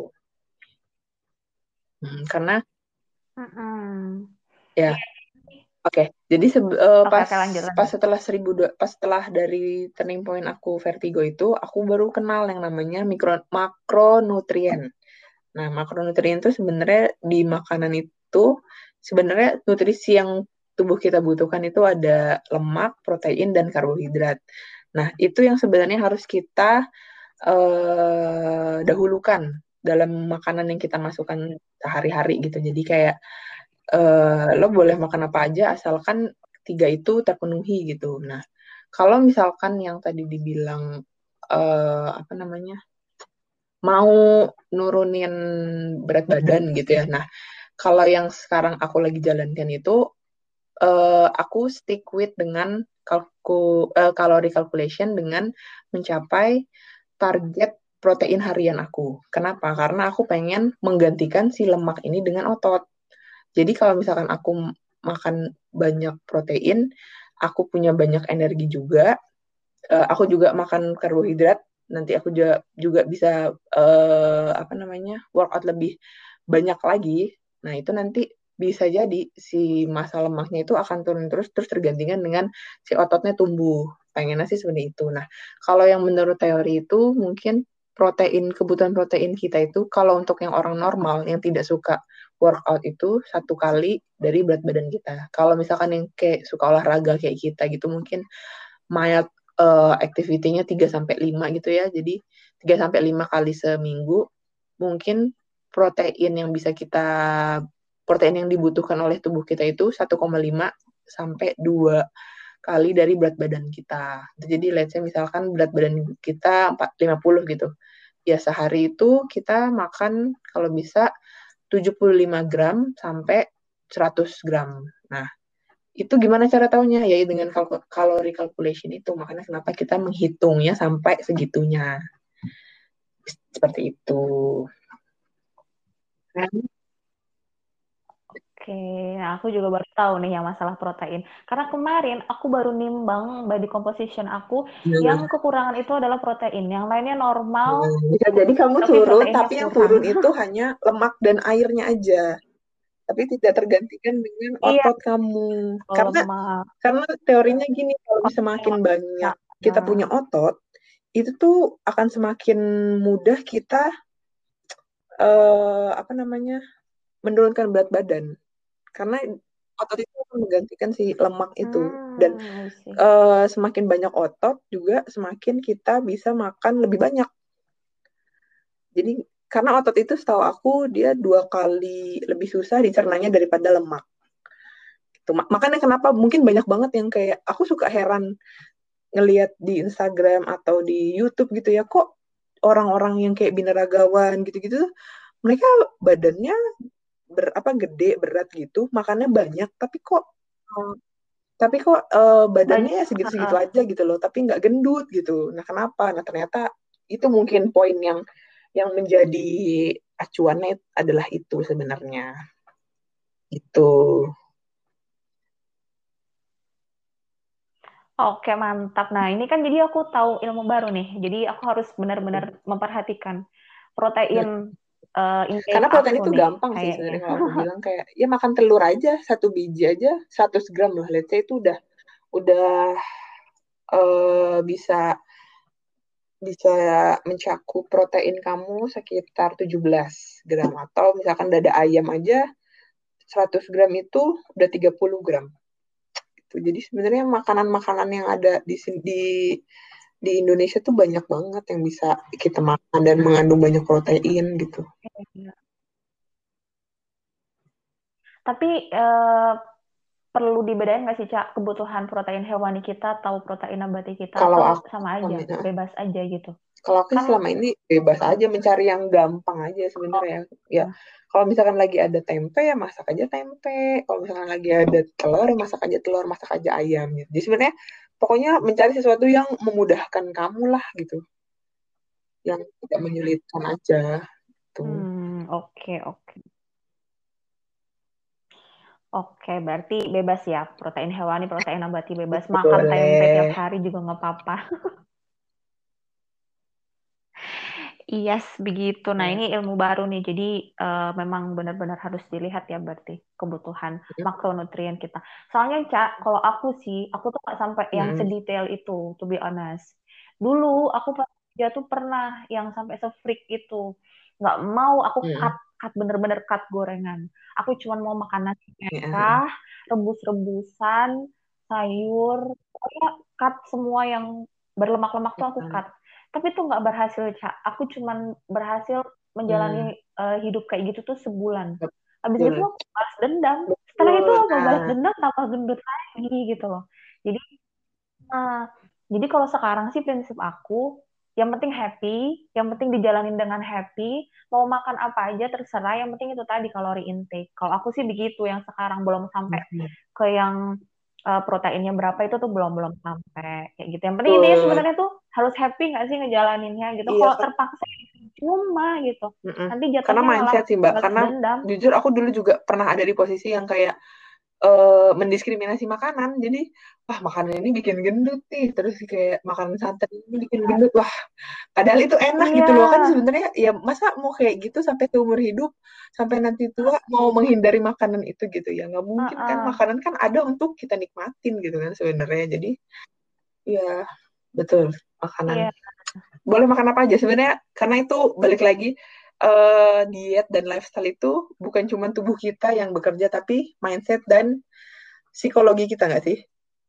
Karena Mm-mm. ya Iya. oke, jadi Oke, pas oke, lanjut, pas lanjut. setelah pas setelah dari turning point aku vertigo itu, aku baru kenal yang namanya makronutrien. Nah, makronutrien itu sebenarnya di makanan itu sebenarnya nutrisi yang tubuh kita butuhkan itu ada lemak, protein, dan karbohidrat. Nah, itu yang sebenarnya harus kita dahulukan dalam makanan yang kita masukkan sehari-hari gitu. Jadi kayak lo boleh makan apa aja asalkan tiga itu terpenuhi gitu. Nah, kalau misalkan yang tadi dibilang apa namanya mau nurunin berat badan gitu ya. Nah, kalau yang sekarang aku lagi jalankan itu aku stick with dengan kalori calculation dengan mencapai target protein harian aku. Kenapa? Karena aku pengen menggantikan si lemak ini dengan otot. Jadi kalau misalkan aku makan banyak protein, aku punya banyak energi juga, aku juga makan karbohidrat, nanti aku juga bisa apa namanya workout lebih banyak lagi. Nah itu nanti bisa jadi si massa lemaknya itu akan turun terus terus tergantikan dengan si ototnya tumbuh. Pengennya sih seperti itu. Nah kalau yang menurut teori itu mungkin kebutuhan protein kita itu kalau untuk yang orang normal yang tidak suka workout itu 1 kali dari berat badan kita. Kalau misalkan yang kayak suka olahraga kayak kita gitu mungkin mild activity-nya 3 sampai 5 gitu ya. Jadi 3 sampai 5 kali seminggu mungkin protein yang bisa kita protein yang dibutuhkan oleh tubuh kita itu 1,5 sampai 2 kali dari berat badan kita. Jadi let's say misalkan berat badan kita 50 gitu. Ya sehari itu kita makan kalau bisa 75 gram sampai 100 gram. Nah, itu gimana cara taunya? Ya dengan kalori calculation itu. Makanya kenapa kita menghitungnya sampai segitunya. Seperti itu. Oke, nah aku juga baru tahu nih yang masalah protein. Karena kemarin aku baru nimbang body composition aku yang Nah, kekurangan itu adalah protein. Yang lainnya normal, bisa jadi kamu tapi turun, proteinnya tapi yang kurang. turun itu hanya lemak dan airnya aja. Tapi tidak tergantikan dengan Iya, otot kamu. Karena lemak. karena teorinya gini, kalau Oke, semakin banyak kita nah. punya otot, itu tuh akan semakin mudah kita apa namanya menurunkan berat badan. Karena otot itu akan menggantikan si lemak itu. Dan I see. semakin banyak otot juga semakin kita bisa makan lebih banyak. Jadi karena otot itu setahu aku dia 2 kali lebih susah dicernanya daripada lemak. Tuh, makanya kenapa mungkin banyak banget yang kayak aku suka heran ngelihat di Instagram atau di YouTube gitu ya, kok orang-orang yang kayak binaragawan gitu-gitu mereka badannya apa gede berat gitu, makannya banyak eh, badannya Banyak. ya segitu-segitu aja gitu loh, tapi nggak gendut gitu. Nah, kenapa? Nah, ternyata itu mungkin poin yang menjadi acuannya adalah itu sebenarnya. Itu. Oke, mantap. Nah, ini kan jadi aku tahu ilmu baru nih. Jadi aku harus benar-benar memperhatikan protein intake Karena protein aku itu nih, gampang sih kayaknya. sebenarnya kalau aku bilang kayak ya makan telur aja 1 biji aja 100 gram lah, let's say itu udah bisa bisa mencakup protein kamu sekitar 17 gram, atau misalkan dada ayam aja 100 gram itu udah 30 gram. Gitu. Jadi sebenarnya makanan-makanan yang ada di Indonesia tuh banyak banget yang bisa kita makan dan mengandung banyak protein gitu. Tapi perlu dibedain nggak sih, Cak, kebutuhan protein hewani kita atau protein nabati kita, Kalau atau aku sama aja, bebas aja gitu? Kalau aku Kan, selama ini bebas aja mencari yang gampang aja sebenarnya. Ya, kalau misalkan lagi ada tempe ya masak aja tempe. Kalau misalkan lagi ada telur ya masak aja telur, masak aja ayam gitu. Jadi sebenarnya pokoknya mencari sesuatu yang memudahkan kamu lah gitu, yang tidak menyulitkan aja tuh. oke, oke. Oke, berarti bebas ya, protein hewani, protein nabati bebas. Makan tempe tiap Boleh. hari juga nggak apa-apa. Iya, yes, begitu. Nah, Ya. ini ilmu baru nih. Jadi memang benar-benar harus dilihat ya berarti kebutuhan makronutrien kita. Soalnya, Cak, kalau aku sih, aku tuh nggak sampai yang Mm-mm. sedetail itu, to be honest. Dulu aku pas dia tuh pernah yang sampai se-freak itu. Nggak mau aku Mm-mm. cut bener-bener cut gorengan. Aku cuma mau makan nasi Ya. merah, rebus-rebusan, sayur, pokoknya cut semua yang berlemak-lemak tuh aku cut, tapi itu nggak berhasil, Cak. Aku cuman berhasil menjalani Hmm. hidup kayak gitu tuh sebulan. Habis gitu Betul. aku balas dendam. Setelah itu Betul. aku balas Nah, dendam tambah gendut lagi gitu loh. Jadi, nah, jadi kalau sekarang sih prinsip aku, yang penting happy, yang penting dijalanin dengan happy, mau makan apa aja terserah, yang penting itu tadi kalori intake. Kalau aku sih begitu, yang sekarang belum sampai ke yang proteinnya berapa itu tuh belum belum sampai kayak gitu. Yang penting intinya betul. sebenarnya tuh harus happy nggak sih ngejalaninnya gitu. Iya Kalau kan. terpaksa cuma gitu, Mm-mm. nanti Karena jatuhnya malah mindset sih Mbak. balas Karena dendam. jujur aku dulu juga pernah ada di posisi yang kayak mendiskriminasi makanan. Jadi, wah makanan ini bikin gendut nih. Terus kayak makanan santan ini bikin gendut. Wah, padahal itu enak Iya, gitu loh. Kan sebenarnya ya masa mau kayak gitu sampai seumur hidup, sampai nanti tua mau menghindari makanan itu gitu ya. Nggak mungkin kan. uh-uh. Makanan kan ada untuk kita nikmatin gitu kan sebenarnya. Jadi, ya betul makanan. Iya. Boleh makan apa aja sebenarnya, karena itu balik lagi diet dan lifestyle itu bukan cuma tubuh kita yang bekerja tapi mindset dan psikologi kita nggak sih?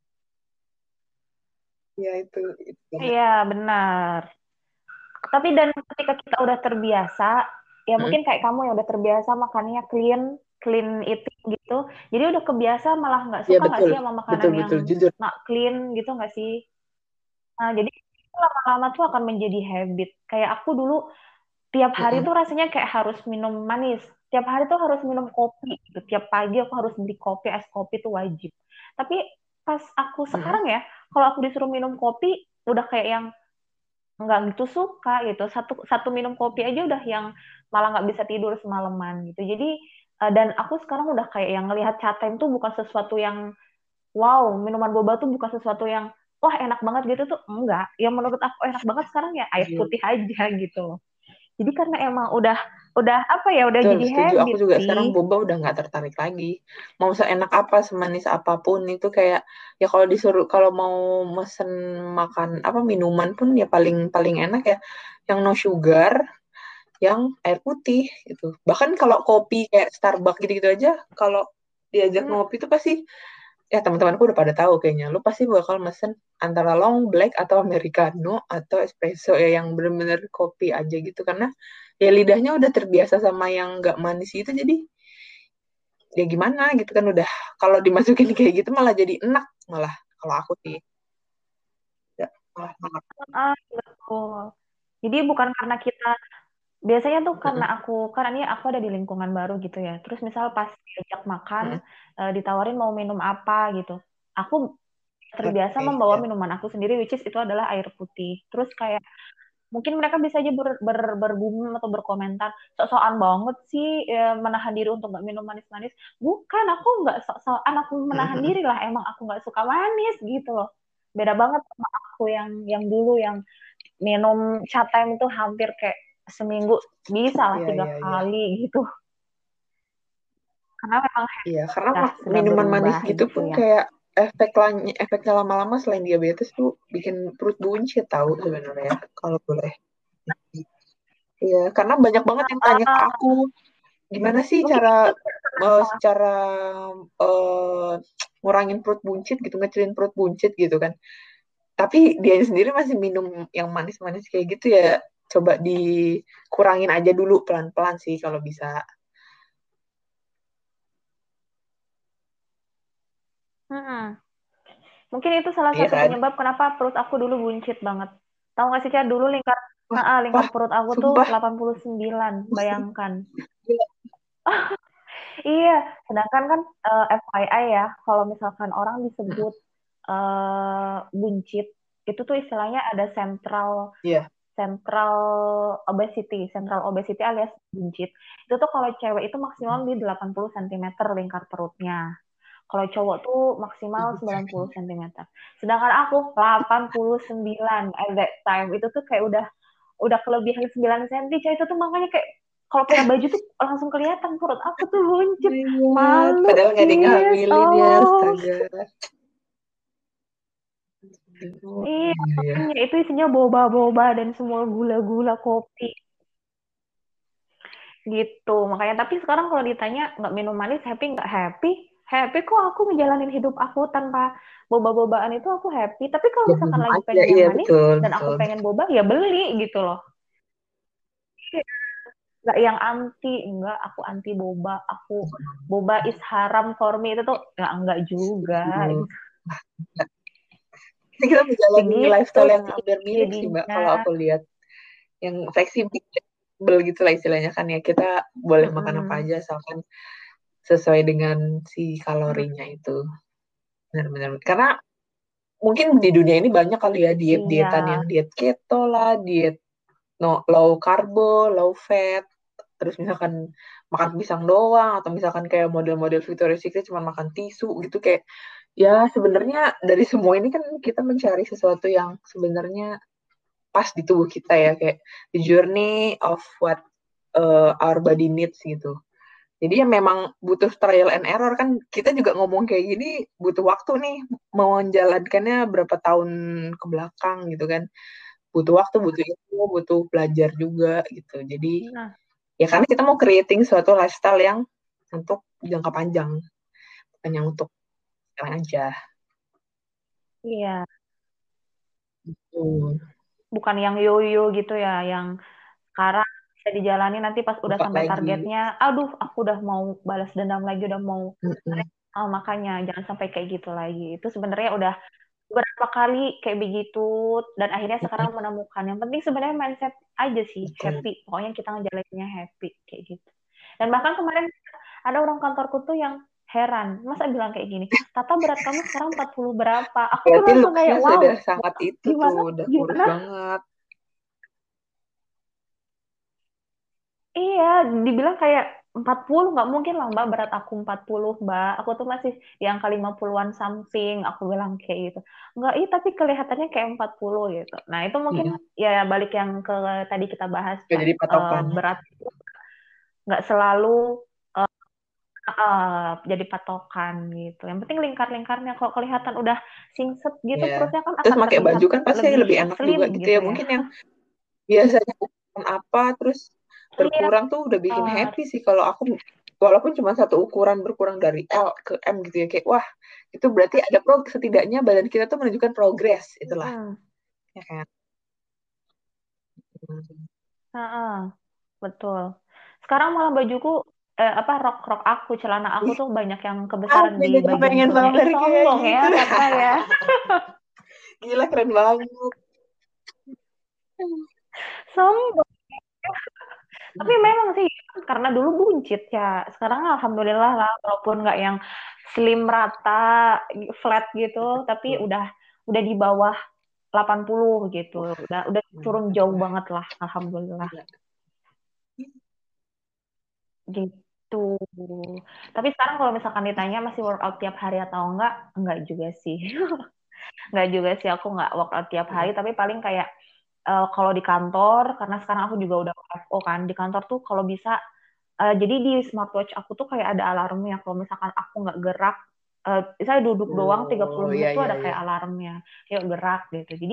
Ya itu banget. Iya, benar. Tapi dan ketika kita udah terbiasa, ya Mm. mungkin kayak kamu yang udah terbiasa makannya clean, clean eating gitu. Jadi udah kebiasa malah nggak Ya suka nggak betul, sih sama betul makanan yang betul jujur. nggak clean gitu nggak sih? Nah, jadi lama-lama tuh akan menjadi habit. Kayak aku dulu tiap hari Mm-mm. tuh rasanya kayak harus minum manis. Tiap hari tuh harus minum kopi gitu. Tiap pagi aku harus beli kopi, es kopi tuh wajib. Tapi pas aku Mm-mm. sekarang ya, kalau aku disuruh minum kopi, udah kayak yang nggak gitu suka gitu. Satu satu minum kopi aja udah yang malah nggak bisa tidur semalaman gitu. Jadi dan aku sekarang udah kayak yang ngelihat cat time tuh bukan sesuatu yang wow, minuman boba tuh bukan sesuatu yang wah enak banget gitu tuh enggak. Yang menurut aku enak banget sekarang ya air Iya. putih aja gitu loh. Jadi karena emang udah apa ya udah Betul, jadi setuju. Aku habit juga sih. sekarang boba udah nggak tertarik lagi. Mau seenak apa, semanis apapun itu kayak ya kalau disuruh kalau mau mesen makan apa minuman pun ya paling paling enak ya yang no sugar, yang air putih gitu. Bahkan kalau kopi kayak Starbucks gitu-gitu aja, kalau diajak Hmm, ngopi itu pasti ya teman-temanku udah pada tahu kayaknya. Lu pasti bakal mesen antara long black atau americano atau espresso ya yang bener-bener kopi aja gitu karena ya lidahnya udah terbiasa sama yang nggak manis itu jadi ya gimana gitu kan udah kalau dimasukin kayak gitu malah jadi enak malah kalau aku sih ya, malah. betul. Jadi bukan karena kita biasanya tuh karena Mm-mm. karena ini aku ada di lingkungan baru gitu ya. Terus misal pas diajak makan Mm-mm. ditawarin mau minum apa gitu. Aku terbiasa Oke, membawa ya. minuman aku sendiri which is itu adalah air putih. Terus kayak mungkin mereka bisa aja bergumam atau berkomentar sok-sokan banget sih menahan diri untuk nggak minum manis-manis. Bukan, aku nggak sok-sokan, aku menahan Mm-mm. diri lah, emang aku nggak suka manis gitu loh. Beda banget sama aku yang dulu yang minum chat time itu hampir kayak seminggu bisa lah Iya, tiga iya, iya. kali gitu, karena memang Iya, karena sudah minuman manis berubah gitu gitu pun ya. kayak efeknya lama-lama selain diabetes tuh bikin perut buncit tahu sebenarnya kalau boleh. Iya, karena banyak banget yang tanya ke Ah, aku, gimana sih mungkin itu kenapa. secara eh, ngurangin perut buncit gitu, ngecilin perut buncit gitu kan. Tapi dia sendiri masih minum yang manis-manis kayak gitu ya. Coba dikurangin aja dulu pelan-pelan sih kalau bisa. Hmm. Mungkin itu salah Iya satu kan? penyebab kenapa perut aku dulu buncit banget. Tahu nggak sih, Ca, dulu Wah, lingkar wah, perut aku tuh sumpah. 89, bayangkan. Gila. Iya, sedangkan kan FYI ya, kalau misalkan orang disebut buncit, itu tuh istilahnya ada central Iya. central central obesity alias buncit. Itu tuh kalau cewek itu maksimal di 80 cm lingkar perutnya. Kalau cowok tuh maksimal 90 cm. Sedangkan aku 89 at that time. Itu tuh kayak udah kelebihan 9 cm. Itu tuh makanya kayak kalau pakai baju tuh langsung kelihatan perut aku tuh buncit. Lihat. Malu, Padahal nggak ada yang sis. ngehamilin ya, Oh. astaga. Oh, Iya, iya. makanya itu isinya boba-boba dan semua gula-gula kopi gitu. Makanya tapi sekarang kalau ditanya nggak minum manis happy nggak happy? Happy kok, aku ngejalanin hidup aku tanpa boba-bobaan itu aku happy. Tapi kalau Ya, misalkan minum lagi aja. pengen yang Iya, manis betul, dan aku betul. pengen boba ya beli gitu loh. Nggak yang anti, enggak aku anti boba, aku boba is haram for me itu tuh nggak juga. Betul. Ini kita menjalani Begitu lifestyle yang sih hampir mirip sih, Mbak, jadinya. kalau aku lihat. Yang fleksibel gitu lah istilahnya kan ya. Kita boleh makan apa Mm-mm. aja asalkan sesuai dengan si kalorinya itu. Benar-benar. Karena mungkin di dunia ini banyak kali ya Iya. diet-dietan yang diet keto lah, diet no, low karbo, low fat, terus misalkan makan pisang doang, atau misalkan kayak model-model Victoria's Secret cuma makan tisu gitu kayak ya sebenarnya dari semua ini kan kita mencari sesuatu yang sebenarnya pas di tubuh kita ya kayak the journey of what our body needs gitu. Jadi ya memang butuh trial and error kan kita juga ngomong kayak gini butuh waktu nih mau menjalankannya berapa tahun ke belakang gitu kan. Butuh waktu, butuh ilmu, butuh belajar juga gitu. Jadi Nah, ya karena kita mau creating suatu lifestyle yang untuk jangka panjang, bukan yang untuk sekarang aja. iya. Hmm, Bukan yang yo-yo gitu ya, yang sekarang bisa dijalani nanti pas udah lupa sampai lagi. targetnya, aduh aku udah mau balas dendam lagi, udah mau Mm-mm. makanya jangan sampai kayak gitu lagi. Itu sebenarnya udah berapa kali kayak begitu dan akhirnya Mm-mm. sekarang menemukan yang penting sebenarnya mindset aja sih, Betul. happy, pokoknya kita ngejalaninnya happy kayak gitu. Dan bahkan kemarin ada orang kantorku tuh yang heran, masa bilang kayak gini, Tata berat kamu sekarang 40 berapa, aku tuh Berarti langsung looks-nya kayak sudah wow, sangat itu tuh, gimana udah kurus gimana. banget. Iya, dibilang kayak 40 nggak mungkin lah Mbak, berat aku 40 Mbak. Aku tuh masih di angka 50-an something, aku bilang kayak gitu. Nggak, iya tapi kelihatannya kayak 40 gitu. Nah itu mungkin Mm-mm. ya balik yang ke tadi kita bahas, Nggak Kak. jadi patokan. Berat nggak selalu jadi patokan gitu. Yang penting lingkar-lingkarnya, kalau kelihatan udah singset gitu, Ya. perutnya kan Terus akan pakai terlihat baju kan pasti lebih lebih enak slim juga gitu gitu ya. ya. Mungkin yang biasanya ukuran apa terus Iya, berkurang tuh udah bikin benar. happy sih kalau aku, walaupun cuma satu ukuran berkurang dari L ke M gitu ya, kayak wah itu berarti ada setidaknya badan kita tuh menunjukkan progres itulah Mm-mm. ya kan. Hmm. Heeh. Betul. Sekarang malah bajuku apa rok-rok aku, celana aku Ih, tuh banyak yang kebesaran aku di juga bagian pengen perutnya. Ih, banget kayak sombong ya gitu. Tata ya. Gila keren banget. Sombong. Tapi memang sih karena dulu buncit ya. Sekarang alhamdulillah lah walaupun nggak yang slim rata, flat gitu, tapi udah di bawah 80 gitu. Wah, Udah turun mantap jauh lah. banget lah alhamdulillah Gila. gitu. Tapi sekarang kalau misalkan ditanya masih workout tiap hari atau enggak juga sih. Nggak juga sih, aku nggak workout tiap hari, tapi paling kayak kalau di kantor, karena sekarang aku juga udah WFO kan, di kantor tuh kalau bisa, jadi di smartwatch aku tuh kayak ada alarmnya, kalau misalkan aku nggak gerak, saya duduk doang 30 Oh menit iya tuh iya ada iya. kayak alarmnya, yuk gerak gitu. Jadi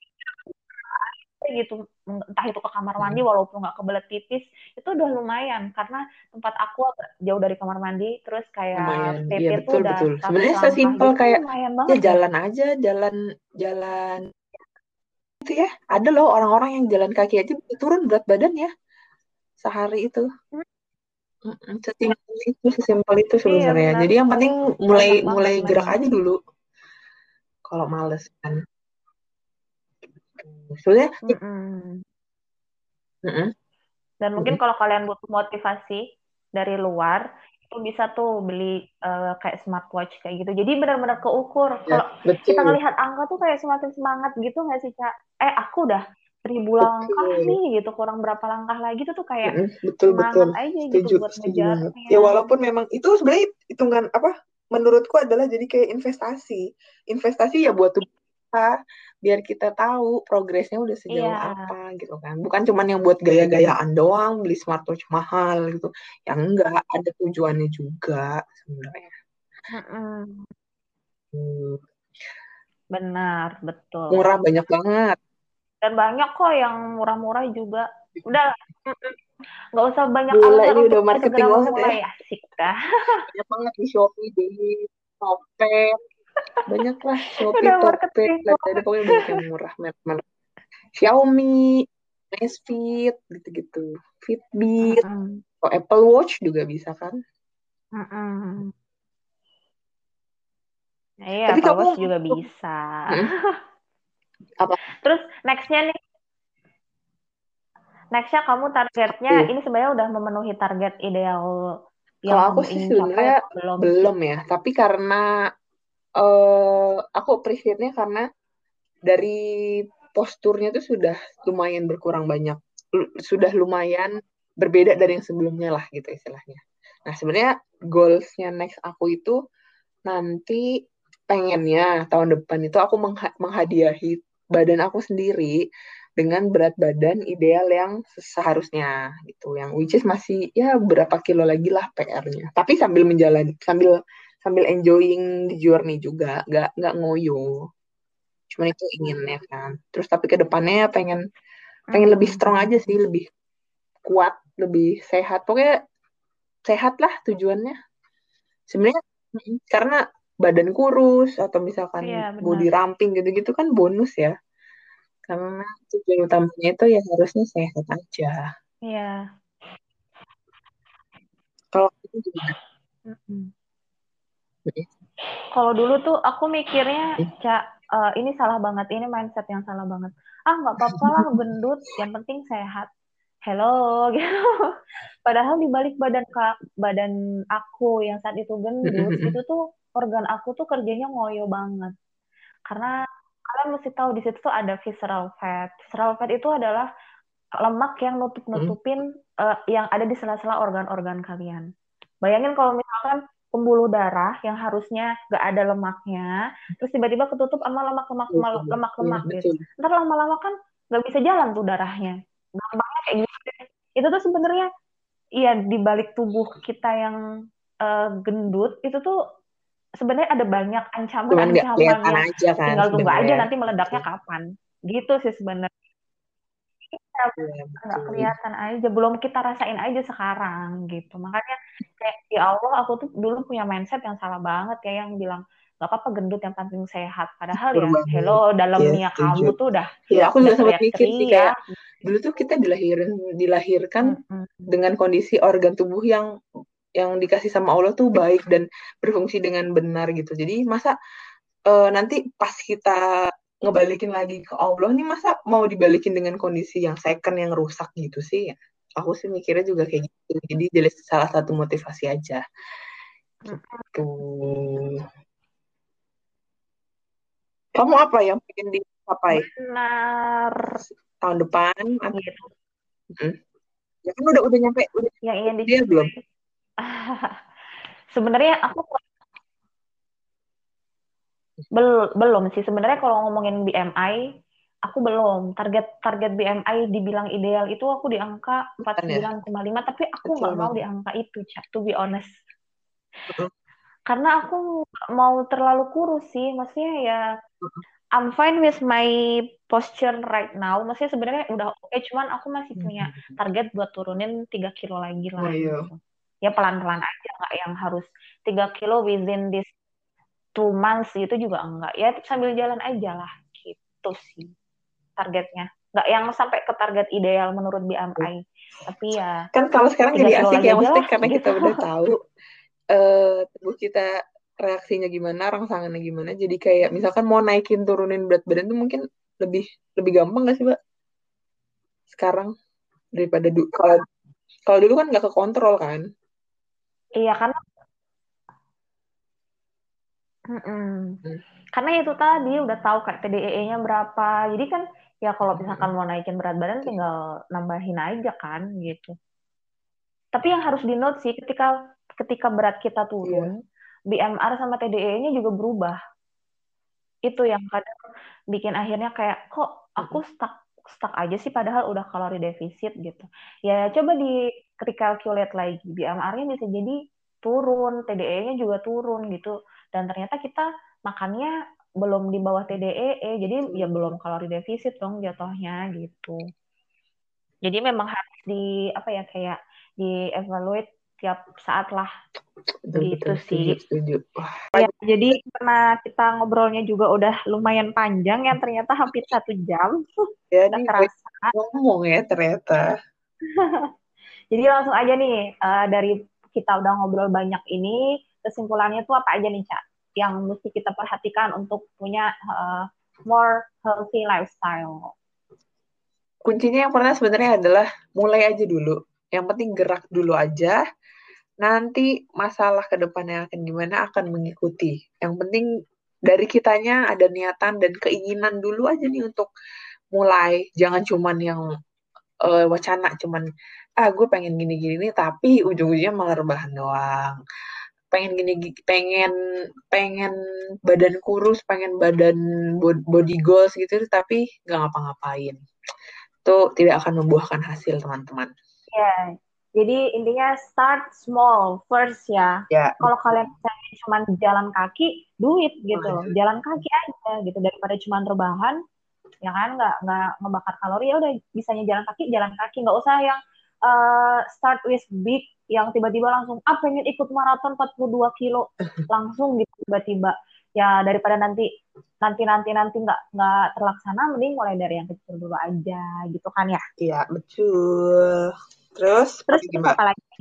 kayak gitu, entah itu ke kamar mandi, Mm-mm. walaupun nggak kebelet pipis, itu udah lumayan, karena tempat aku agak jauh dari kamar mandi, terus kayak Lumayan, PP iya tuh betul udah betul. 100 Sebenarnya langkah sesimpel gitu kan kayak lumayan ya banget ya. jalan aja, jalan jalan itu ya. Ada loh orang-orang yang jalan kaki aja bisa turun berat badan ya sehari itu. Mm-mm. Sesimpel itu Iya sebenarnya. benar, Jadi yang penting mulai banyak mulai banget gerak memang. aja dulu kalau males kan. Sebenarnya, Mm-mm. mm-mm, Dan mungkin mm-mm. kalau kalian butuh motivasi dari luar, itu bisa tuh beli kayak smartwatch kayak gitu. Jadi benar-benar keukur. Ya, Kalau kita betul, ngelihat angka tuh kayak semakin semangat gitu nggak sih, Kak? Aku udah 1000 langkah betul. nih gitu, kurang berapa langkah lagi tuh kayak Mm-mm, betul betul. semangat aja gitu Setuju buat setuju banget. Ya ngejarnya. walaupun memang itu sebenarnya hitungan apa? Menurutku adalah jadi kayak investasi. Investasi ya buat tubuh kita biar kita tahu progresnya udah Iya, sejauh apa gitu kan. Bukan cuman yang buat gaya-gayaan doang beli smartwatch mahal gitu. Yang enggak ada tujuannya juga sebenarnya. mm-mm. Hmm, Benar, betul. murah banyak banget. Dan banyak kok yang murah-murah juga. Udah, mm-mm. Nggak usah banyak Gila alasan ini untuk udah segera marketing banget ya. memulai, asik dah. Banyak banget di Shopee, di Topet. Banyak lah Shopee, Udah Tokped, marketing Lazada, banget. pokoknya banyak yang murah merek-merek. Xiaomi, Amazfit, gitu-gitu. Fitbit, Mm-mm. atau Apple Watch juga bisa kan. Mm-mm. Nah, iya, Tapi Apple kamu Watch juga bisa. hmm, apa Terus nextnya nih, nextnya kamu targetnya tuh? ini sebenarnya udah memenuhi target ideal yang Kalau aku kamu sih ingin capai sebenarnya atau belum sih? belum ya, tapi karena aku appreciate-nya karena dari posturnya tuh sudah lumayan berkurang banyak, sudah lumayan berbeda dari yang sebelumnya lah gitu istilahnya. Nah sebenarnya goalsnya next aku itu nanti pengennya tahun depan itu aku menghadiahi badan aku sendiri dengan berat badan ideal yang seharusnya gitu, yang which is masih ya berapa kilo lagi lah PR-nya, tapi sambil menjalani, sambil sambil enjoying the journey juga, nggak ngoyo, cuman itu inginnya kan. Terus tapi ke depannya pengen pengen lebih Mm-mm. strong aja sih, lebih kuat, lebih sehat, pokoknya sehat lah tujuannya sebenarnya. Karena badan kurus atau misalkan Iya, body benar. ramping gitu-gitu kan bonus ya. Karena tujuan utamanya itu ya harusnya sehat aja. Iya. Kalau itu gimana? Mm-mm. Kalau dulu tuh aku mikirnya, Cak, ini salah banget, ini mindset yang salah banget. Ah, nggak apa-apa lah gendut, yang penting sehat. Hello, gitu. Padahal di balik badan aku yang saat itu gendut, itu tuh organ aku tuh kerjanya ngoyo banget. Karena kalian mesti tahu di situ tuh ada visceral fat. Visceral fat itu adalah lemak yang nutup-nutupin yang ada di sela-sela organ-organ kalian. Bayangin kalau misalkan pembuluh darah yang harusnya gak ada lemaknya, terus tiba-tiba ketutup sama Iya, lemak-lemak gitu. betul. Ntar lama-lama kan gak bisa jalan tuh darahnya. Gampangnya kayak gitu. Itu tuh sebenarnya iya di balik tubuh kita yang gendut itu tuh sebenarnya ada banyak Cuman nggak ancaman-ancaman kelihatan yang aja kan tinggal tunggu aja sebenarnya. nanti meledaknya kapan. Gitu sih sebenarnya. Iya, Nggak betul. kelihatan aja, belum kita rasain aja sekarang gitu. Makanya kayak ya Allah, aku tuh dulu punya mindset yang salah banget kayak yang bilang nggak apa-apa gendut yang penting sehat. Padahal Betul ya hello banget. dalam Ya, nia setuju. kamu tuh Iya, aku udah juga sempat mikir sih kayak teriak-teriak. dulu tuh kita dilahirkan Mm-mm. dengan kondisi organ tubuh yang dikasih sama Allah tuh baik dan berfungsi dengan benar gitu. Jadi masa nanti pas kita ngebalikin lagi ke Allah nih masa mau dibalikin dengan kondisi yang second yang rusak gitu sih ya. Aku sih mikirnya juga kayak gitu. Jadi jadi salah satu motivasi aja tuh. Kamu apa yang pengen dicapai Benar tahun depan? gitu. Hmm. Ya kan udah nyampe udah Yang ingin dia belum? dicapai. Sebenarnya aku belum sih. Sebenarnya kalau ngomongin BMI, aku belum. Target BMI dibilang ideal itu aku di angka Kan ya 49,5, tapi aku kecil nggak mau di banget. angka itu, Cak, to be honest. Heeh, Karena aku nggak mau terlalu kurus sih. Maksudnya ya I'm fine with my posture right now. Maksudnya sebenarnya udah oke, cuman aku masih punya heeh. target buat turunin 3 kilo lagi Oh lah iya. gitu. Ya pelan-pelan aja, nggak yang harus 3 kilo within this 2 months gitu juga enggak. Ya sambil jalan aja lah gitu sih targetnya. Nggak yang sampai ke target ideal menurut BMI. Tapi ya Kan kalau sekarang 3 jadi kilo asik lagi ya, aja maksudnya lah karena kita gitu. udah tahu tubuh kita reaksinya gimana, rangsangannya gimana. Jadi kayak misalkan mau naikin turunin berat badan tuh mungkin lebih lebih gampang gak sih, Mbak? Sekarang daripada dulu. Kalau dulu kan nggak kekontrol kan. Iya karena mm-mm. Hmm. Karena itu tadi udah tahu kayak TDEE-nya berapa. Jadi kan ya kalau misalkan Hmm. mau naikin berat badan tinggal nambahin aja kan gitu. Tapi yang harus di note sih ketika ketika berat kita Iya. turun, BMR sama TDEE-nya juga berubah. Itu yang kadang bikin akhirnya kayak kok aku Hmm. stuck stuck aja sih padahal udah kalori defisit gitu. Ya coba di recalculate lagi BMR-nya bisa jadi turun, TDE-nya juga turun gitu. Dan ternyata kita makannya belum di bawah TDEE, jadi ya belum Betul. kalori defisit dong jatuhnya gitu. Jadi memang harus di apa ya kayak di evaluate tiap saat lah Betul, gitu betul, sih. setuju, setuju. Wah, Ya, jadi karena kita ngobrolnya juga udah lumayan panjang yang ternyata hampir 1 jam, ya nggak nih kerasa. ngomong ya ternyata. Jadi langsung aja nih, dari kita udah ngobrol banyak ini, kesimpulannya tuh apa aja nih, Cak? Yang mesti kita perhatikan untuk punya more healthy lifestyle. Kuncinya yang pertama sebenarnya adalah mulai aja dulu. Yang penting gerak dulu aja. Nanti masalah ke depannya akan gimana akan mengikuti. Yang penting dari kitanya ada niatan dan keinginan dulu aja nih untuk mulai. Jangan cuman yang wacana, cuman gue pengen gini-gini nih, tapi ujung-ujungnya malah rebahan doang. Pengen gini, pengen pengen badan kurus, pengen badan body goals gitu, tapi nggak ngapa-ngapain. Itu tidak akan membuahkan hasil, teman-teman. Ya, jadi intinya start small first ya. Ya, Kalau kalian misalnya cuma jalan kaki, do it gitu loh. betul. Jalan kaki aja gitu daripada cuma rebahan, ya kan nggak ngebakar kalori ya udah bisanya jalan kaki nggak usah yang start with big yang tiba-tiba langsung pengen ikut maraton 42 kilo langsung gitu tiba-tiba ya daripada nanti nanti nanti nanti nggak terlaksana mending mulai dari yang kecil dulu aja gitu kan ya. Iya, betul. Terus, Terus apa terus gimana? apa lagi?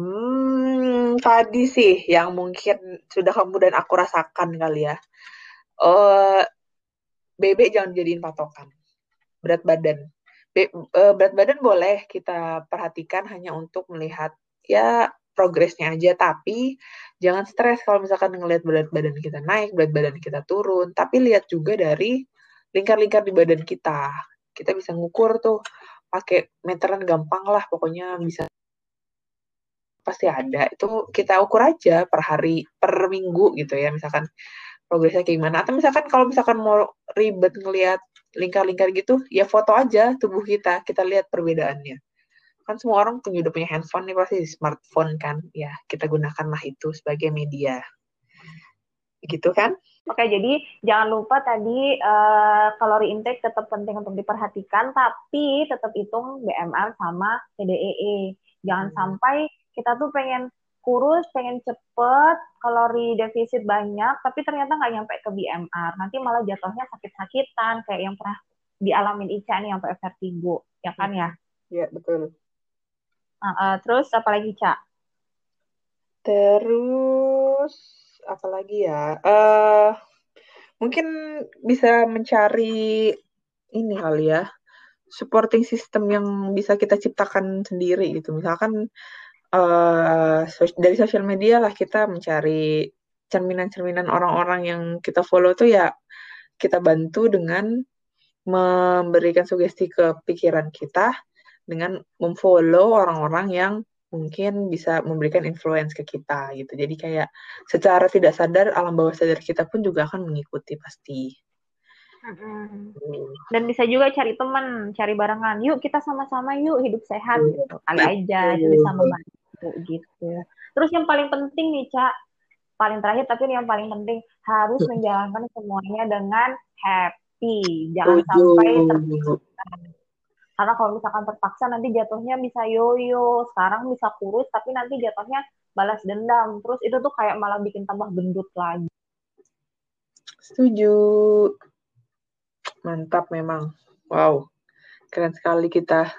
Tadi sih yang mungkin sudah kamu dan aku rasakan kali ya. Eh, BB jangan jadiin patokan. Berat badan. Berat badan boleh kita perhatikan hanya untuk melihat ya progresnya aja, tapi jangan stres kalau misalkan ngelihat berat badan kita naik, berat badan kita turun, tapi lihat juga dari lingkar-lingkar di badan kita. Kita bisa ngukur tuh pakai meteran gampang lah, pokoknya bisa pasti ada. Itu kita ukur aja per hari, per minggu gitu ya, misalkan progresnya kayak gimana. Atau misalkan kalau misalkan mau ribet ngelihat lingkar-lingkar gitu, ya foto aja tubuh kita, kita lihat perbedaannya. Kan semua orang udah punya handphone nih, pasti smartphone kan. Ya, kita gunakanlah itu sebagai media. Gitu kan? Oke, jadi jangan lupa tadi kalori intake tetap penting untuk diperhatikan, tapi tetap hitung BMR sama TDEE. Jangan sampai kita tuh pengen kurus, pengen cepet, kalori defisit banyak, tapi ternyata nggak nyampe ke BMR. Nanti malah jatuhnya sakit-sakitan, kayak yang pernah dialamin Ica nih, sampai vertigo, ya kan ya? Ya, betul. Terus apa lagi, Ca? Terus, apa lagi ya? Mungkin bisa mencari ini kali ya, supporting system yang bisa kita ciptakan sendiri gitu. Misalkan dari sosial media lah kita mencari cerminan-cerminan orang-orang yang kita follow tuh ya kita bantu dengan memberikan sugesti ke pikiran kita dengan memfollow orang-orang yang mungkin bisa memberikan influence ke kita gitu. Jadi kayak secara tidak sadar alam bawah sadar kita pun juga akan mengikuti pasti. Dan bisa juga cari teman, cari barengan. Yuk kita sama-sama yuk hidup sehat gitu. Kali aja itu bisa membantu gitu. Terus yang paling penting nih, Cak, paling terakhir tapi yang paling penting harus menjalankan semuanya dengan happy. Jangan sampai karena kalau misalkan terpaksa nanti jatuhnya bisa yoyo. Sekarang bisa kurus tapi nanti jatuhnya balas dendam. Terus itu tuh kayak malah bikin tambah gendut lagi. Setuju. Mantap memang. Wow, keren sekali kita.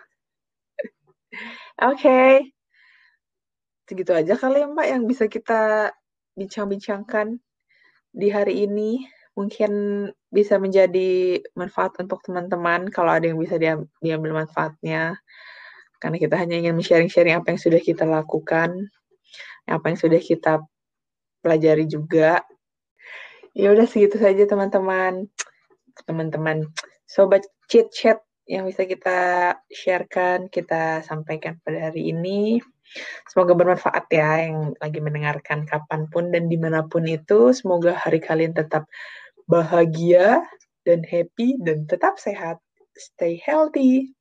Oke. Segitu aja kali ya Mbak yang bisa kita bincang-bincangkan di hari ini. Mungkin bisa menjadi manfaat untuk teman-teman kalau ada yang bisa diambil manfaatnya. Karena kita hanya ingin sharing-sharing apa yang sudah kita lakukan, apa yang sudah kita pelajari juga. Ya udah segitu saja teman-teman. Teman-teman, sobat chit-chat yang bisa kita sharekan, kita sampaikan pada hari ini. Semoga bermanfaat ya yang lagi mendengarkan kapanpun dan dimanapun itu. Semoga hari kalian tetap bahagia dan happy dan tetap sehat. Stay healthy.